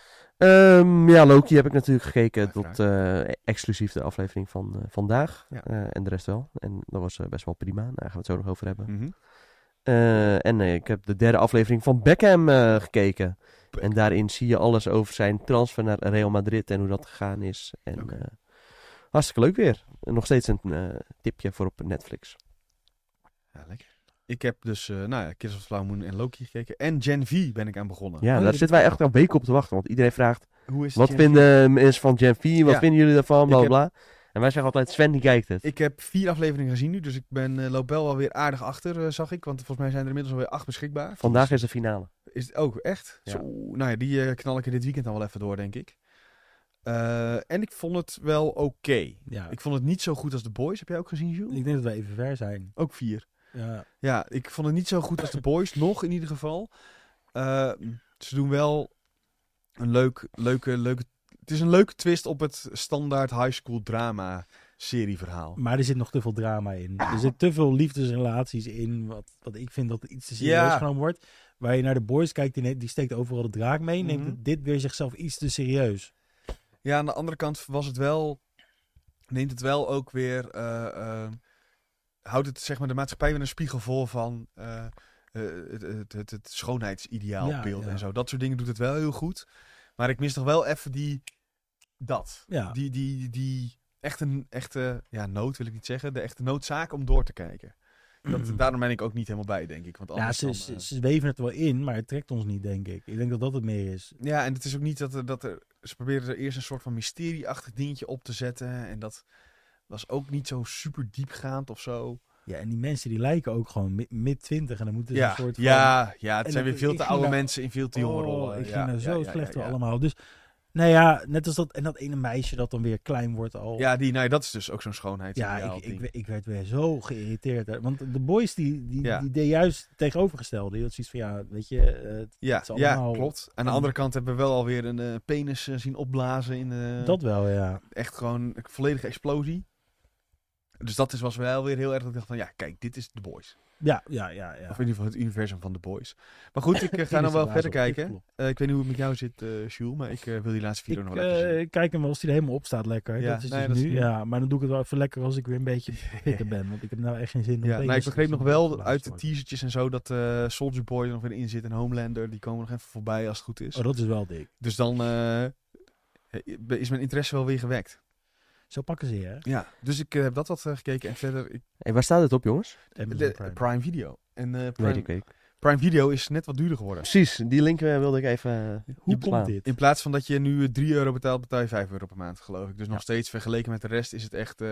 Ja, Loki heb ik natuurlijk gekeken Uiteraard. tot exclusief de aflevering van vandaag. Ja. En de rest wel. En dat was best wel prima. Daar gaan we het zo nog over hebben. Mhm. En ik heb de 3e aflevering van Beckham gekeken. En daarin zie je alles over zijn transfer naar Real Madrid en hoe dat gegaan is. En Oké. hartstikke leuk weer. En nog steeds een tipje voor op Netflix. Ja, lekker. Ik heb dus, Kids of the Flower Moon en Loki gekeken. En Gen V ben ik aan begonnen. Ja, daar dat- zitten wij echt al weken op te wachten. Want iedereen vraagt, Hoe is wat Gen V? vinden mensen van Gen V? Wat Ja. vinden jullie daarvan? Bla Ik bla bla. En wij zeggen altijd, Sven die kijkt het. Ik heb 4 afleveringen gezien nu, dus ik loop wel alweer aardig achter, zag ik. Want volgens mij zijn er inmiddels alweer 8 beschikbaar. Vandaag is de finale. Is het ook echt? Ja. Zo, nou ja, die knal ik er dit weekend dan wel even door, denk ik. En ik vond het wel oké. Ja. Ik vond het niet zo goed als The Boys. Heb jij ook gezien, Jules? Ik denk dat wij even ver zijn. Ook 4. Ja. Ja, ik vond het niet zo goed als The Boys. Nog in ieder geval. Ze doen wel een leuke... Het is een leuke twist op het standaard high school drama serieverhaal. Maar er zit nog te veel drama in. Er zit te veel liefdesrelaties in. Wat ik vind dat het iets te serieus Ja. genomen wordt. Waar je naar de Boys kijkt, die steekt overal de draak mee. Neemt Mhm. dit weer zichzelf iets te serieus. Ja, aan de andere kant neemt het wel ook weer, houdt het zeg maar de maatschappij weer een spiegel voor van het schoonheidsideaalbeeld Ja. en zo. Dat soort dingen doet het wel heel goed. Maar ik mis nog wel even Ja. die echte nood wil ik niet zeggen, de echte noodzaak om door te kijken. Daarom ben ik ook niet helemaal bij, denk ik. Want Ja, anders ze weven het wel in, maar het trekt ons niet, denk ik. Ik denk dat dat het meer is. Ja, en het is ook niet ze proberen er eerst een soort van mysterieachtig dingetje op te zetten. En dat was ook niet zo super diepgaand of zo. Ja, en die mensen die lijken ook gewoon mid-20 en dan moeten ze Ja, een soort van... het En zijn weer veel ik te ging oude daar- mensen in veel te jonge rollen. Ik ging Ja, nou zo ja, slecht door ja. allemaal. Dus, nou ja, net als dat... En dat ene meisje dat dan weer klein wordt al. Ja, dat is dus ook zo'n schoonheidsideaal Ja, ding. ik werd weer zo geïrriteerd. Hè. Want de boys die deed juist het tegenovergestelde. Die had zoiets van, ja, weet je... het is allemaal... klopt. Aan de andere kant hebben we wel alweer een penis zien opblazen in Dat wel, ja. echt gewoon een volledige explosie. Dus dat was wel weer heel erg dat ik dacht van, ja, kijk, dit is The Boys. Ja. Of in ieder geval het universum van The Boys. Maar goed, ik ga nog wel Blazen verder op, dit kijken. klopt. Ik weet niet hoe het met jou zit, Jules, maar ik wil die laatste video nog wel even zien. Ik kijk hem wel als hij er helemaal op staat lekker. Ja, Dat is nee, dus dat is nu. nu. Ja, maar dan doe ik het wel even lekker als ik weer een beetje fitter ben. Want ik heb nou echt geen zin om Ja, penis nou, ik te begreep nog zien wel opgeblazen uit de worden. teasertjes en zo dat Soldier Boy er nog weer in zit en Homelander. Die komen nog even voorbij als het goed is. Oh, dat is wel dik. Dus dan is mijn interesse wel weer gewekt. Zo pakken ze je, hè? Ja, dus ik heb dat wat gekeken en verder Hey, waar staat het op, jongens? Amazon Prime. Prime. Video. En Weet Prime, ik. Prime Video is net wat duurder geworden. Precies, die link wilde ik even Hoe beslaan. komt dit? In plaats van dat je nu €3 betaalt, betaal je €5 per maand, geloof ik. Dus nog Ja. steeds vergeleken met de rest is het echt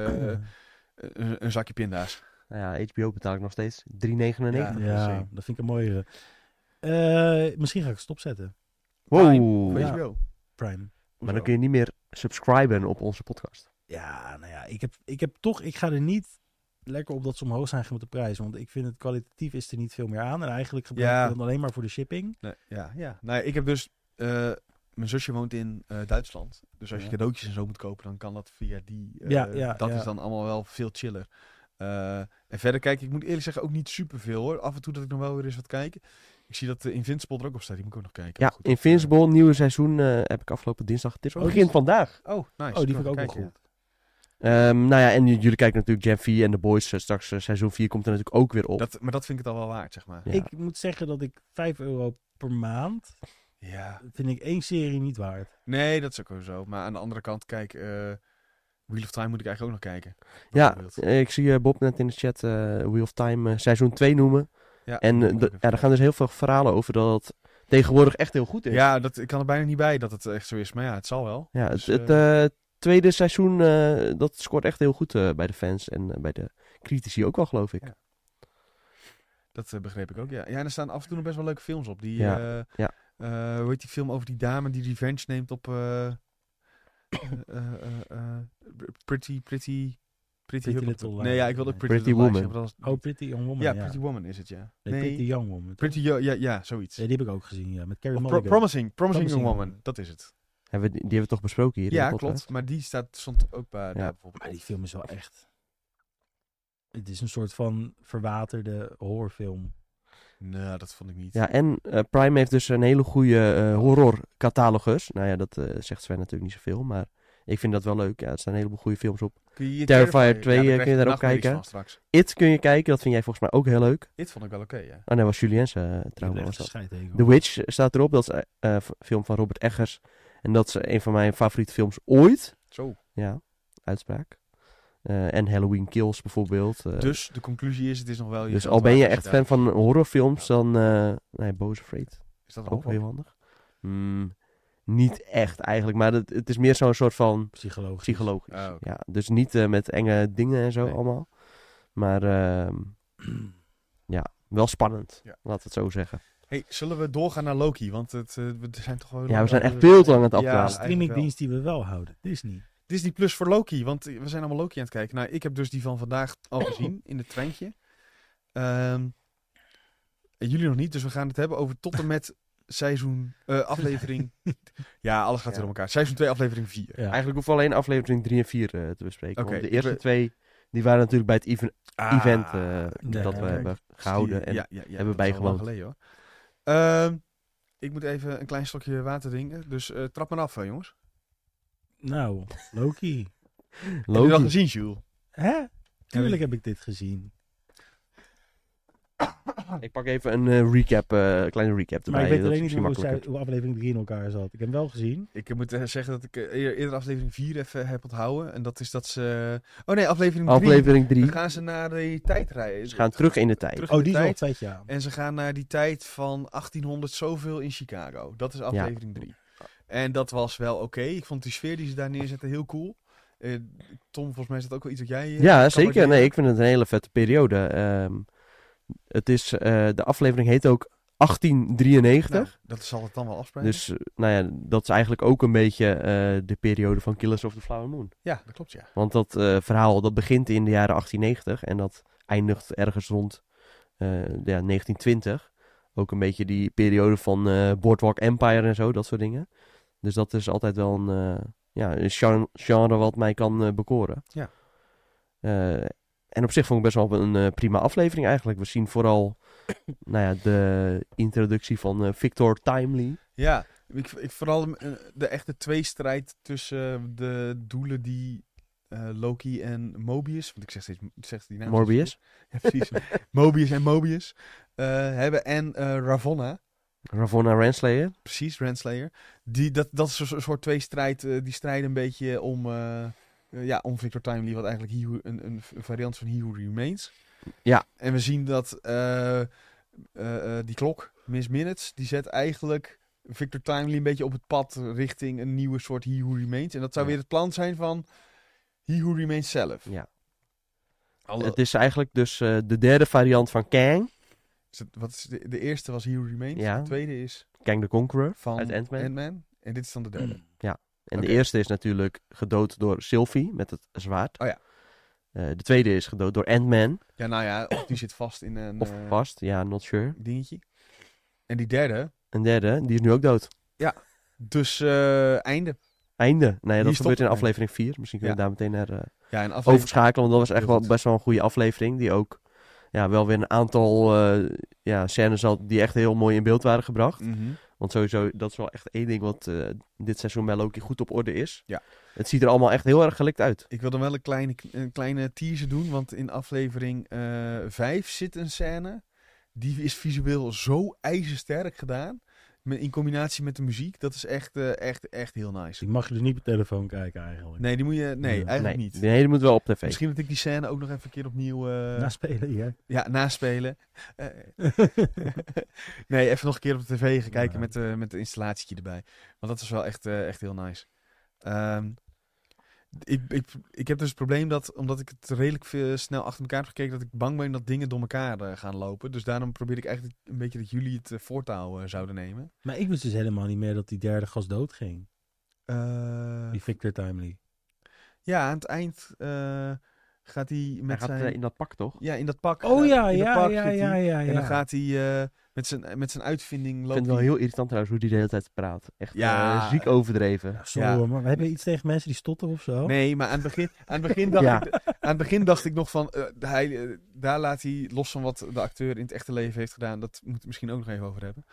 een zakje pinda's. Nou ja, HBO betaal ik nog steeds €3,99. Ja. Ja, dat vind ik een mooiere. Misschien ga ik het stopzetten. Wow. Prime, Ja. HBO. Prime. Maar dan kun je niet meer subscriben op onze podcast. Ja, nou ja, ik ga er niet lekker op dat ze omhoog zijn gaan met de prijs. Want ik vind het kwalitatief is er niet veel meer aan. En eigenlijk gebruik Ja. ik het alleen maar voor de shipping. Nee, ja. Nou, ik heb dus... mijn zusje woont in Duitsland. Dus als je Ja. cadeautjes en zo moet kopen, dan kan dat via die. Dat is dan allemaal wel veel chiller. En verder kijk ik moet eerlijk zeggen ook niet superveel hoor. Af en toe dat ik nog wel weer eens wat kijken. Ik zie dat Invincible er ook op staat. Die moet ik ook nog kijken. Ja, Goed, Invincible, nieuwe seizoen, heb ik afgelopen dinsdag getipt. Zo Begint is- vandaag. Oh, nice. Oh, die vind ik ook wel kijken, goed. Nou ja, en jullie kijken natuurlijk Gen 4 en The Boys. Straks seizoen 4 komt er natuurlijk ook weer op. Maar dat vind ik het al wel waard, zeg maar. Ja. Ik moet zeggen dat ik €5 per maand, Ja. vind ik 1 serie niet waard. Nee, dat is ook wel zo. Maar aan de andere kant, kijk, Wheel of Time moet ik eigenlijk ook nog kijken. Ja, Bijvoorbeeld. ik zie Bob net in de chat Wheel of Time seizoen 2 noemen. Ja, En moet ik ook even daar gaan dus heel veel verhalen over dat het tegenwoordig echt heel goed is. Ja, ik kan er bijna niet bij dat het echt zo is. Maar ja, het zal wel. Ja, Dus, het tweede seizoen, dat scoort echt heel goed bij de fans en bij de critici ook wel, geloof ik. Ja. Dat begreep ik ook, ja. Ja, en er staan af en toe nog best wel leuke films op. Die, Ja, ja. Hoe heet die film over die dame die revenge neemt op... Pretty Little Little... Liars. Nee, ja, ik wilde ook Pretty Little Liars Woman. zeggen, maar dat was- Oh, Pretty Young Woman. ja, Ja, Pretty Woman is het, ja. Nee, Pretty Young Woman. Ja, zoiets. Ja, die heb ik ook gezien, ja. Met Carrie Of Mulligan. Promising Young Woman, Woman. dat is het. Die hebben we toch besproken hier in Ja, de podcast? klopt. Maar die stond ook bij Ja. bijvoorbeeld. Maar die film is wel echt... Het is een soort van verwaterde horrorfilm. Nee, dat vond ik niet. Ja, en Prime heeft dus een hele goede horror-catalogus. Nou ja, dat zegt Sven natuurlijk niet zoveel, maar ik vind dat wel leuk. Ja, er staan een heleboel goede films op. Kun je Terrifier 2 daar kun je krijg de daarop nachtmerries kijken. van straks. It kun je kijken, dat vind jij volgens mij ook heel leuk. Dit vond ik wel oké, ja. Oh nee, was Juliense Ik heb trouwens. er Was echt dat. een scheidhekel The aan. Witch staat erop, dat is een film van Robert Eggers. En dat is een van mijn favoriete films ooit. Zo. Ja, uitspraak. En Halloween Kills bijvoorbeeld. Dus de conclusie is, het is nog wel... je Dus geld al ben je waard echt als je fan van horrorfilms, dan... nee, Boos Afraid. Is dat een Ook horror? heel handig. Niet echt eigenlijk, maar het is meer zo'n soort van psychologisch. Ah, oké. Ja, dus niet met enge dingen en zo Nee. allemaal. Maar ja, wel spannend. Ja. Laat het zo zeggen. Hey, zullen we doorgaan naar Loki? Want we zijn toch wel... Ja, we zijn echt veel te lang aan het Ja, afdwalen. De streamingdienst die we wel houden. Disney. Disney Plus voor Loki, want we zijn allemaal Loki aan het kijken. Nou, ik heb dus die van vandaag al gezien in het treintje. En jullie nog niet, dus we gaan het hebben over tot en met seizoen, aflevering... ja, alles gaat Ja. weer om elkaar. Seizoen 2, aflevering 4. Ja. Eigenlijk hoeven we alleen aflevering 3 en 4 te bespreken. Oké, want de ik eerste ben- twee, die waren natuurlijk bij het event ja, dat we kijk. hebben gehouden. En ja, hebben dat is al bijgewoond. lang geleden, hoor. Ik moet even een klein slokje water drinken, dus trap maar af, jongens. Nou, Loki. Heb je dat Loki. gezien, Jules? Hè? Tuurlijk heb ik dit gezien. Ik pak even een kleine recap erbij. Maar ik weet dat alleen is niet misschien meer makkelijker. hoe aflevering 3 in elkaar zat. Ik heb hem wel gezien. Ik moet zeggen dat ik eerder aflevering 4 even heb onthouden. En dat is dat ze... Oh nee, aflevering 3. Aflevering 3. Dan gaan ze naar die tijd rijden. Ze gaan terug in de tijd. Terug in Oh, de die is wel tijd. vet, ja. En ze gaan naar die tijd van 1800 zoveel in Chicago. Dat is aflevering 3. En dat was wel oké. Ik vond die sfeer die ze daar neerzetten heel cool. Tom, volgens mij is dat ook wel iets wat jij... Ja, kan zeker. waarderen. Nee, ik vind het een hele vette periode. Het is, de aflevering heet ook 1893. Nou, dat zal het dan wel afspreken. Dus dat is eigenlijk ook een beetje de periode van Killers of the Flower Moon. Ja, dat klopt, ja. Want dat verhaal dat begint in de jaren 1890 en dat eindigt ergens rond 1920. Ook een beetje die periode van Boardwalk Empire en zo, dat soort dingen. Dus dat is altijd wel een genre wat mij kan bekoren. Ja. En op zich vond ik best wel een prima aflevering eigenlijk. We zien vooral de introductie van Victor Timely. Ja, ik vooral de echte tweestrijd tussen de doelen die Loki en Mobius, want ik zeg die naam. Morbius. Ja, precies. Mobius en Mobius hebben en Ravonna. Ravonna Renslayer. Precies, Renslayer. Dat is een soort tweestrijd. Die strijden een beetje om Victor Timely, wat eigenlijk een variant van He Who Remains. Ja. En we zien dat die klok, Miss Minutes, die zet eigenlijk Victor Timely een beetje op het pad richting een nieuwe soort He Who Remains. En dat zou weer het plan zijn van He Who Remains zelf. Ja. Het is eigenlijk dus de derde variant van Kang. Wat is de eerste was He Who Remains. Ja. De tweede is Kang the Conqueror van uit Ant-Man. Ant-Man. En dit is dan de derde. En Oké. de eerste is natuurlijk gedood door Sylvie met het zwaard. Oh ja. De tweede is gedood door Ant-Man. Ja, nou ja, of die zit vast in een Of vast, ja, not sure. dingetje. En die derde, Een derde, die is nu ook dood. dus einde. Einde. Nee, Hier dat stopt gebeurt in het mee. aflevering 4. Misschien kunnen we daar meteen naar Ja, en aflevering... overschakelen. Want dat was echt Heel wel goed. best wel een goede aflevering. Die ook wel weer een aantal scènes had die echt heel mooi in beeld waren gebracht. Mhm. Want sowieso, dat is wel echt één ding wat dit seizoen bij Loki goed op orde is. Ja. Het ziet er allemaal echt heel erg gelikt uit. Ik wil dan wel een kleine teaser doen, want in aflevering 5 zit een scène. Die is visueel zo ijzersterk gedaan. In combinatie met de muziek. Dat is echt heel nice. Die mag je dus niet op telefoon kijken eigenlijk. Nee, die moet je... Nee, eigenlijk niet. Nee, die moet wel op tv. Misschien dat ik die scène ook nog even een keer opnieuw... Naspelen hier. Ja, naspelen. Nee, even nog een keer op de tv gaan kijken met de installatietje erbij. Want dat is wel echt heel nice. Ik heb dus het probleem dat, omdat ik het redelijk snel achter elkaar heb gekeken, dat ik bang ben dat dingen door elkaar gaan lopen. Dus daarom probeer ik eigenlijk een beetje dat jullie het voortouw zouden nemen. Maar ik wist dus helemaal niet meer dat die derde gast doodging. Die Victor Timely. Ja, aan het eind gaat hij Hij met gaat zijn... in dat pak, toch? Ja, in dat pak. Oh ja, in dat ja, pak ja, zit hij. ja. En dan gaat hij met zijn uitvinding Ik lopen. vind het wel heel irritant trouwens hoe die de hele tijd praat. Echt Ja. ziek overdreven. Ja, sorry Ja. hoor, maar heb je iets tegen mensen die stotteren of zo? Nee, maar aan het begin dacht ik nog van... daar laat hij, los van wat de acteur in het echte leven heeft gedaan... dat moet ik misschien ook nog even over hebben.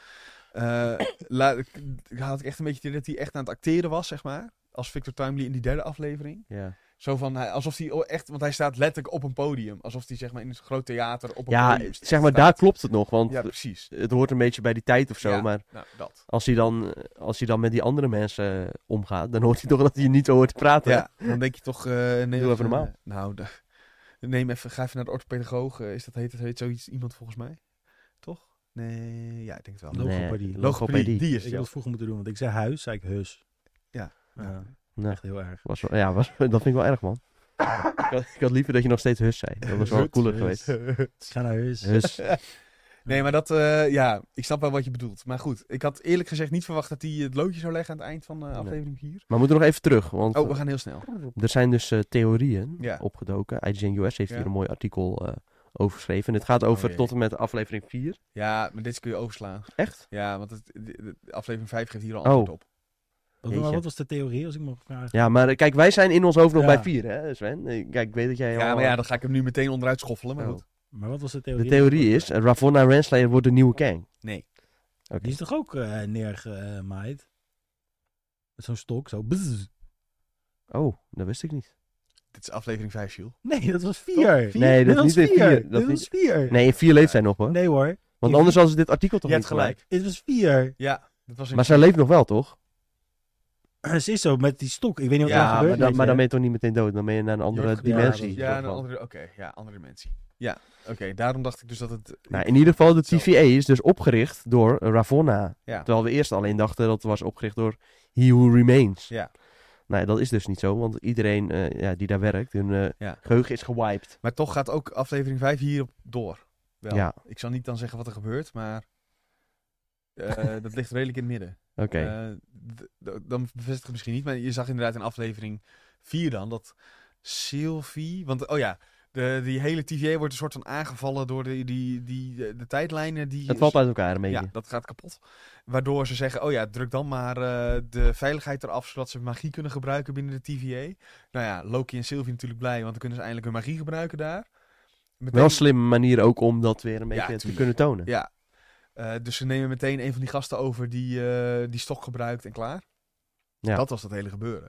Had ik echt een beetje het idee dat hij echt aan het acteren was, zeg maar. Als Victor Timely in die derde aflevering. Ja. Zo van, alsof hij echt... Want hij staat letterlijk op een podium. Alsof hij zeg maar in een groot theater op een Ja, podium zeg maar, staat. daar klopt het nog. Want Ja, precies. het hoort een beetje bij die tijd of zo. Ja, Maar nou, dat. als hij dan met die andere mensen omgaat, dan hoort hij toch dat hij niet zo hoort te praten. Ja, dan denk je toch... neem Doe even normaal. Ga even naar de orthopedagoog. Heet zoiets iemand volgens mij? Toch? Nee, ja, ik denk het wel. Logopedie. Logopedie. Die is Ik het, heb het vroeger moeten doen, want ik zei huis, zei ik hus. Ja. Ja, Nou, echt heel erg. dat vind ik wel erg, man. Ik had liever dat je nog steeds hus zei. Dat was wel cooler geweest. Ik ga naar huis. Hus. Nee, maar dat, ik snap wel wat je bedoelt. Maar goed, ik had eerlijk gezegd niet verwacht dat hij het loodje zou leggen aan het eind van aflevering 4. Maar we moeten nog even terug, want Oh, we gaan heel snel. er zijn dus theorieën Ja. opgedoken. IGN US heeft Ja. hier een mooi artikel over geschreven. En dit gaat over jee. tot en met aflevering 4. Ja, maar dit kun je overslaan. Echt? Ja, want de aflevering 5 geeft hier al antwoord op. Maar wat was de theorie, als ik mag vragen? Ja, maar kijk, wij zijn in ons hoofd nog Ja. bij 4, hè Sven? Kijk, ik weet dat jij Ja, al... maar ja, dan ga ik hem nu meteen onderuit schoffelen. Maar Oh. goed. Maar wat was de theorie? De theorie is, Ravonna Renslayer wordt de nieuwe Kang. Nee. Oké. Die is toch ook neergemaaid? Met zo'n stok, zo. Bzz. Oh, dat wist ik niet. Dit is aflevering 5, Jules. Nee, dat was 4. Toch? Nee, dat is niet in 4. Dat was 4. Nee, in 4 leeft zij nog, hoor. Nee hoor. Want anders hadden ze dit artikel toch Je niet hebt gelijk. Het was 4. Ja, dat was in Maar zij leeft nog wel, toch? Ze is zo met die stok. Ik weet niet wat Ja, er gebeurt. maar dan ben je toch niet meteen dood? Dan ben je naar een andere wordt dimensie. gebeurd. Ja, soort van. andere dimensie. Ja, oké. Daarom dacht ik dus dat het... Nou, in ieder geval, de Zo. TVA is dus opgericht door Ravonna. Ja. Terwijl we eerst alleen dachten dat het was opgericht door He Who Remains. Ja. Nou, dat is dus niet zo, want iedereen die daar werkt, hun Ja. geheugen is gewiped. Maar toch gaat ook aflevering 5 hierop door. Wel. Ja. Ik zal niet dan zeggen wat er gebeurt, maar dat ligt redelijk in het midden. Oké. Dan bevestigt het misschien niet, maar je zag inderdaad in aflevering 4 dan dat Sylvie... Want, die hele TVA wordt een soort van aangevallen door de tijdlijnen. Het valt uit elkaar een beetje. Ja, dat gaat kapot. Waardoor ze zeggen, druk dan maar de veiligheid eraf, zodat ze magie kunnen gebruiken binnen de TVA. Nou ja, Loki en Sylvie natuurlijk blij, want dan kunnen ze eindelijk hun magie gebruiken daar. Meteen... Wel een slimme manier ook om dat weer een beetje te tuurlijk. kunnen tonen. Ja, dus ze nemen meteen een van die gasten over die stok gebruikt en klaar. Ja. Dat was dat hele gebeuren.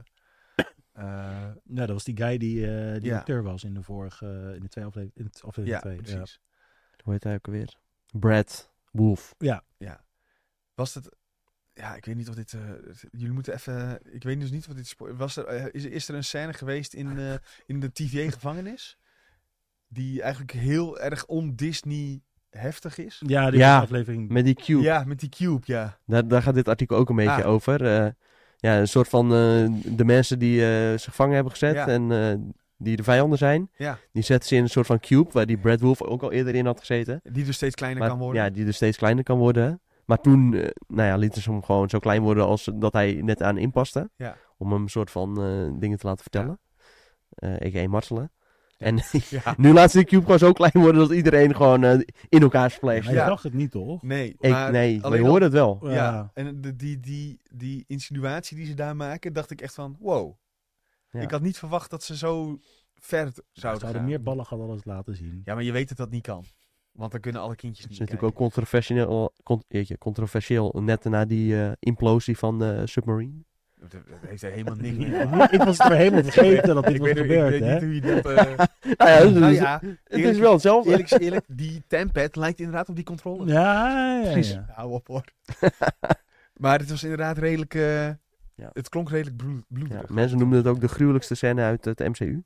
Ja, dat was die guy die Ja. acteur was in de vorige, in de twee aflevering, in aflevering 2. precies. Hoe heet hij ook alweer? Brad Wolf. Ja. Was het... Ja, ik weet niet of dit... jullie moeten even... Ik weet dus niet wat dit... Is er een scène geweest in de TVA-gevangenis? Die eigenlijk heel erg on-Disney heftig is? Ja, die Ja, aflevering. Met die cube. Ja, met die cube, ja. Daar gaat dit artikel ook een beetje Ah. over. Ja, een soort van de mensen die ze gevangen hebben gezet Ja. en die de vijanden zijn. Ja. Die zetten ze in een soort van cube, waar die Brad Wolf ook al eerder in had gezeten. Die dus steeds kleiner Maar, kan worden. Ja, die dus steeds kleiner kan worden. Maar toen lieten ze hem gewoon zo klein worden als dat hij net aan inpaste. Ja. Om hem een soort van dingen te laten vertellen. A.k.a. martelen. En Ja. nu laat ze die cube gewoon zo klein worden dat iedereen gewoon in elkaar splasht. Maar je dacht het niet, toch? Nee, Maar je alleen hoorde het wel. Ja, Ja. en die insinuatie die ze daar maken, dacht ik echt van, wow. Ja. Ik had niet verwacht dat ze zo ver Ze zouden hadden gaan. meer ballen gehad dan het laten zien. Ja, maar je weet dat dat niet kan. Want dan kunnen alle kindjes Het is niet natuurlijk ook controversieel net na die implosie van de submarine. Dat heeft er helemaal niks mee. Ik was het weer helemaal vergeten dat dit was gebeurd, ik weet hè? niet hoe je dat... Nou ja, nou ja, het is wel hetzelfde. eerlijk is eerlijk, die tempad lijkt inderdaad op die controller. Ja. Precies. Hou op hoor. Maar het was inderdaad redelijk... Ja. Het klonk redelijk bloederig. Ja, mensen noemden het ook de gruwelijkste scène uit het MCU.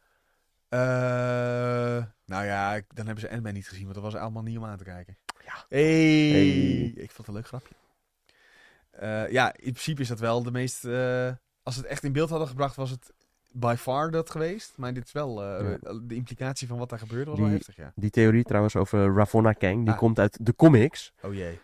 Nou ja, dan hebben ze Ant-Man niet gezien, want dat was allemaal niet om aan te kijken. Ja. Hey. Hey. Ik vond het een leuk grapje. Ja, in principe is dat wel de meest... als ze het echt in beeld hadden gebracht, was het by far dat geweest. Maar dit is wel... De implicatie van wat daar gebeurde was wel Die- heftig, ja. Die theorie trouwens over Ravonna Kang, die Ah. komt uit de comics. Oh jee.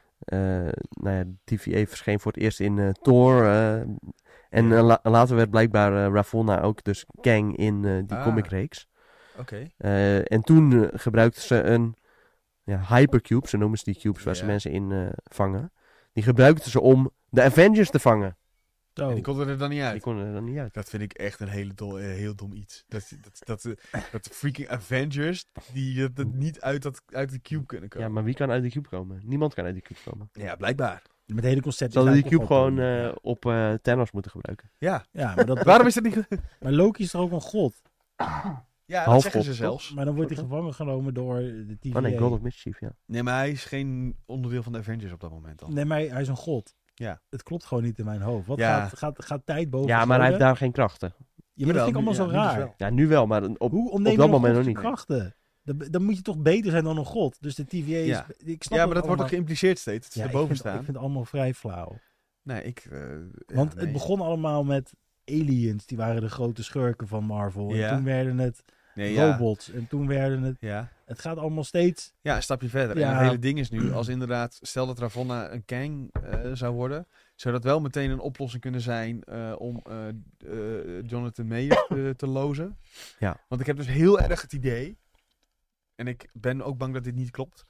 TVA verscheen voor het eerst in Thor. En later werd blijkbaar Ravonna ook dus Kang in die Ah. comicreeks. Oké. En toen gebruikten ze een hypercube, zo noemen ze die cubes waar ze Ja. mensen in vangen. Die gebruikten ze om de Avengers te vangen. Zo. En die konden er dan niet uit. Die konden er dan niet uit. Dat vind ik echt een heel dom iets. Dat de freaking Avengers die dat niet uit de cube kunnen Ja, komen. maar wie kan uit die cube komen? Niemand kan uit die cube komen. Ja, blijkbaar. Met het hele concept. Ze hadden is die cube eigenlijk gewoon wel op Thanos moeten gebruiken. Ja. Ja, maar dat, Waarom is dat niet... maar Loki is toch ook een god? Ja, dat Half zeggen god, ze zelfs. Maar dan wordt hij gevangen genomen door de TVA. Oh nee, God of Mischief, ja. Nee, maar hij is geen onderdeel van de Avengers op dat moment al. Nee, maar hij is een god. Ja. Het klopt gewoon niet in mijn hoofd. Wat Ja. gaat tijd boven Ja, maar hij goden? heeft daar geen krachten. Ja, maar dat vind ik allemaal Jawel, zo nu- ja, nu dus raar. wel. Ja, nu wel, maar Hoe op ontneem dat je moment een nog god niet. zijn krachten? Dan moet je toch beter zijn dan een god. Dus de TVA is... Ja. Ik snap Ja, maar dat wordt ook allemaal. geïmpliceerd steeds. Dat ze Ja, erboven ik staan. vind het allemaal vrij flauw. Nee, Want nee. het begon allemaal met aliens. Die waren de grote schurken van Marvel. Ja. En toen werden het Nee, ja. robots. En toen werden het... Ja. Het gaat allemaal steeds... Ja, een stapje verder. Ja. En het hele ding is nu, als inderdaad, stel dat Ravonna een Kang zou worden, zou dat wel meteen een oplossing kunnen zijn om Jonathan Majors te lozen. Ja. Want ik heb dus heel erg het idee, en ik ben ook bang dat dit niet klopt,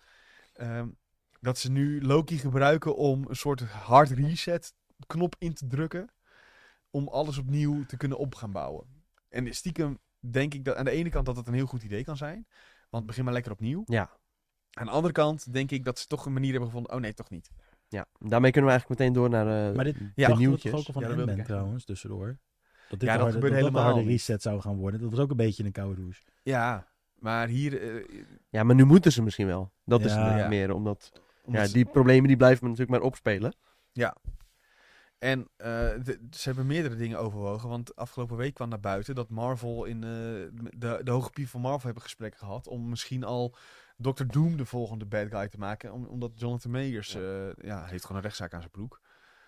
dat ze nu Loki gebruiken om een soort hard reset knop in te drukken, om alles opnieuw te kunnen op gaan bouwen. En stiekem denk ik dat aan de ene kant dat het een heel goed idee kan zijn, want begin maar lekker opnieuw. Ja. Aan de andere kant denk ik dat ze toch een manier hebben gevonden. Oh nee, toch niet. Ja, daarmee kunnen we eigenlijk meteen door naar Maar dit Ja, dachten we nieuwtjes. toch ook al van Ja, dat wilde Ant-Man ik echt. trouwens, tussendoor. Dat dit Ja, een dat harde, gebeurt dat helemaal een harde niet. reset zou gaan worden. Dat was ook een beetje een koude douche. Ja, maar hier... Ja, maar nu moeten ze misschien wel. Dat is Ja. het meer, omdat... Omdat Ja, die problemen die blijven me natuurlijk maar opspelen. En ze hebben meerdere dingen overwogen. Want afgelopen week kwam naar buiten dat Marvel in de hoge piep van Marvel hebben gesprekken gehad. Om misschien al Dr. Doom de volgende bad guy te maken. Omdat Jonathan Majors heeft gewoon een rechtszaak aan zijn broek.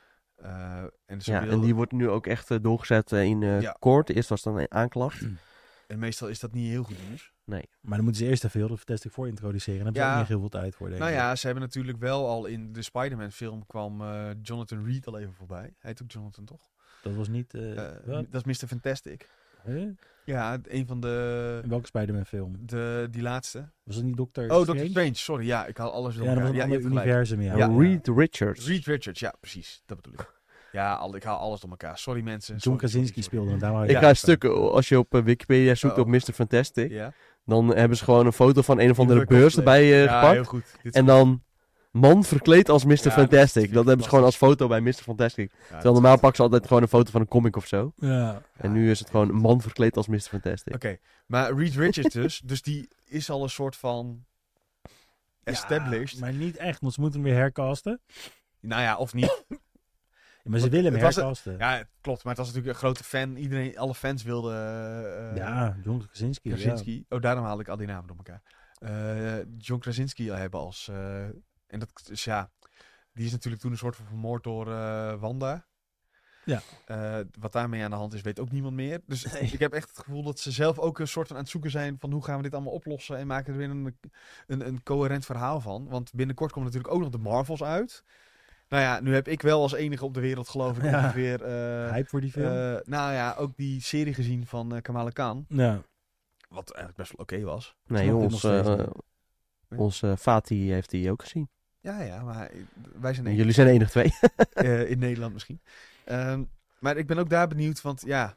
En En die wordt nu ook echt doorgezet in court. Eerst was het dan een aanklacht. En meestal is dat niet heel goed nieuws. Maar dan moeten ze eerst even heel de Fantastic Four introduceren. En daar hebben ze ook niet heel veel tijd voor, denk ik. Nou ja, ze hebben natuurlijk wel al in de Spider-Man film kwam Jonathan Reed al even voorbij. Hij heet ook Jonathan, toch? Dat was niet... Dat is Mr. Fantastic. Huh? Ja, een van de... In welke Spider-Man film? Die laatste. Was dat niet Dr. Doctor Strange, sorry. Ja, ik haal alles door Ja, dat elkaar. was een je ander hebt gelijk. universum, ja. Ja. Reed Richards. Reed Richards, ja, precies. Dat bedoel ik. Ja, ik haal alles door elkaar. Sorry mensen. John Sorry, Krasinski sorry. speelde hem. Daar Ik ga een stuk, als je op Wikipedia zoekt op Mr. Fantastic, Ja. dan hebben ze gewoon een foto van een of andere Cosplay. beurs erbij Ja, heel gepakt. goed. Dit is En goed. dan man verkleed als Mr. Ja, Fantastic. Dat hebben ze gewoon als fantastisch. foto bij Mr. Fantastic. Ja, Terwijl normaal pakken ze altijd gewoon een foto van een comic of zo. Ja. En nu is het gewoon een man verkleed als Mr. Fantastic. Oké, maar Reed Richards dus die is al een soort van established. Ja, maar niet echt, want ze moeten hem weer hercasten. Nou ja, of niet. Ja, maar ze willen hem Het was hercasten. Ja, klopt. Maar het was natuurlijk een grote fan. Alle fans wilden... John Krasinski. Krasinski. Oh, daarom haal ik al die namen door elkaar. John Krasinski hebben als... en dat is die is natuurlijk toen een soort van vermoord door Wanda. Ja. Wat daarmee aan de hand is, weet ook niemand meer. Dus ik heb echt het gevoel dat ze zelf ook een soort van aan het zoeken zijn van hoe gaan we dit allemaal oplossen en maken er weer een coherent verhaal van. Want binnenkort komen natuurlijk ook nog de Marvels uit. Nou ja, nu heb ik wel als enige op de wereld geloof ik ongeveer... Hype voor die film. nou ja, ook die serie gezien van Kamala Khan. Ja. Wat eigenlijk best wel oké was. Nee, Snap ik nog steeds niet. onze Fatih heeft die ook gezien. Ja, maar wij zijn En jullie zijn de enige twee. in Nederland misschien. Maar ik ben ook daar benieuwd, want ja,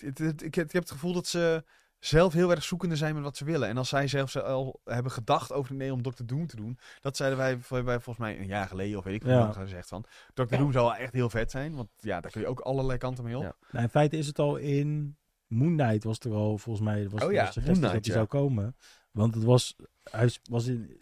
ik heb het gevoel dat ze zelf heel erg zoekende zijn met wat ze willen. En als zij zelfs al hebben gedacht over het idee om Dr. Doom te doen, dat zeiden wij volgens mij een jaar geleden, of weet ik hoe lang gezegd van. Dr. Doom zou wel echt heel vet zijn, want ja, daar kun je ook allerlei kanten mee op. Ja. Nou, in feite is het al in Moon Knight was er al, volgens mij, was Moon Knight, dat hij zou komen. Want het hij was in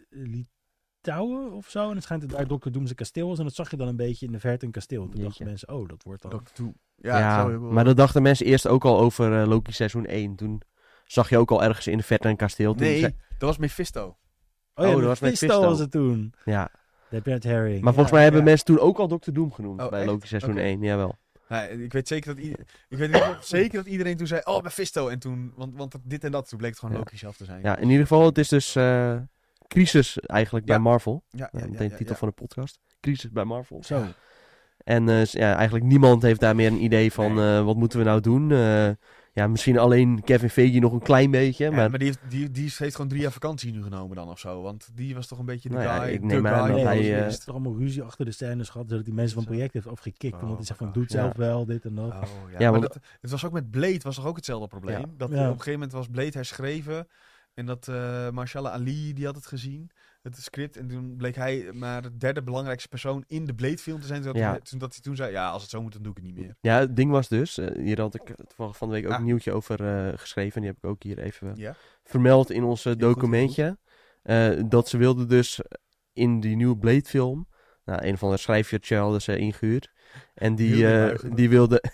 Litouwen of zo, en het schijnt dat daar Dr. Doom zijn kasteel was, en dat zag je dan een beetje in de verte een kasteel. Toen Jeetje. dachten mensen, dat wordt dan... Dr. Doom. Ja, dat maar dat dachten mensen eerst ook al over Loki seizoen 1. Toen zag je ook al ergens in de verte een kasteel. Toen Nee, dat was Mephisto. Oh ja, dat was Mephisto was het toen. Ja, De Red Herring. maar volgens mij hebben mensen toen ook al Dr. Doom genoemd Oh, bij echt? Loki seizoen Oké. 1. Jawel. Nou, ik weet zeker dat zeker dat iedereen toen zei, Mephisto. En toen, want dit en dat, toen bleek het gewoon Ja. Loki zelf te zijn. Ja, in ieder geval, het is dus crisis eigenlijk bij Marvel. ja, Meteen de titel van de podcast. Crisis bij Marvel. Zo. En eigenlijk niemand heeft daar meer een idee van wat moeten we nou doen. Misschien alleen Kevin Feige nog een klein beetje. Ja, maar maar die heeft gewoon 3 jaar vakantie nu genomen dan of zo. Want die was toch een beetje de Nou ja, guy. ik de neem aan guy. dat Nee, hij, er is toch allemaal ruzie achter de scènes gehad, zodat die mensen van het project heeft afgekikt. Omdat hij zegt van, doe het zelf wel, dit en dat. Oh, ja. Ja, maar want- het was ook met Blade was toch ook hetzelfde probleem. Ja. Dat Ja. op een gegeven moment was Blade herschreven. En dat Mahershala Ali, die had het gezien. Het script. En toen bleek hij maar de derde belangrijkste persoon in de Blade film te zijn. Zodat hij toen zei, ja, als het zo moet, dan doe ik het niet meer. Ja, het ding was dus, hier had ik toevallig van de week ook een nieuwtje over geschreven. En die heb ik ook hier even Ja? vermeld in ons goed, documentje. Dat ze wilden dus in die nieuwe Blade film, een of andere schrijfje hadden ze ingehuurd. En die wilde,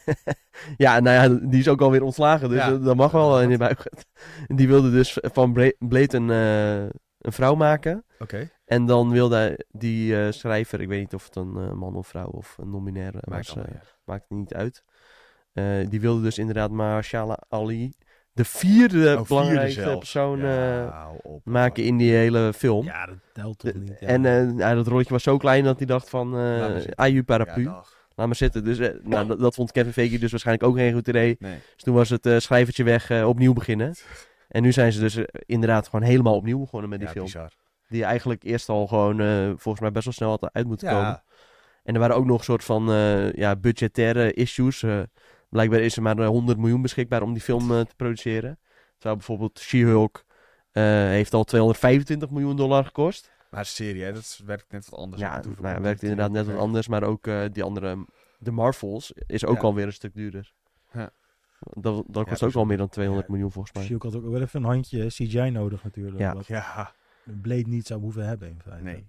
die is ook alweer ontslagen, dus Ja. dat mag wel in de buik. En die wilde dus van Blade een vrouw maken. Oké. En dan wilde die schrijver, ik weet niet of het een man of vrouw of een non-binair was, maakt het niet uit. Die wilde dus inderdaad Mahershala Ali, de vierde belangrijkste zelfs. persoon, hou op. maken in die hele film. Ja, dat telt toch niet. Ja. En dat rolletje was zo klein dat hij dacht van, Laat maar zitten. aju paraplu, Ja, dag. laat maar zitten. Dus dat vond Kevin Feige dus waarschijnlijk ook geen goed idee. Nee. Dus toen was het schrijvertje weg, opnieuw beginnen. En nu zijn ze dus inderdaad gewoon helemaal opnieuw begonnen met die film. Bizar. Die eigenlijk eerst al gewoon volgens mij best wel snel had uit moeten komen. Ja, En er waren ook nog een soort van budgettaire issues. Blijkbaar is er maar 100 miljoen beschikbaar om die film te produceren. Terwijl bijvoorbeeld She-Hulk heeft al $225 miljoen gekost. maar het is serie, hè? Dat werkt net wat anders. Ja, werkt inderdaad net wat anders. Maar ook die andere, de Marvels, is ook alweer een stuk duurder. Ja. Dat kost dus- ook al meer dan 200 miljoen volgens mij. She-Hulk had ook wel even een handje CGI nodig natuurlijk. Ja. Wat Ja, Blade niet zou hoeven hebben in feite. nee.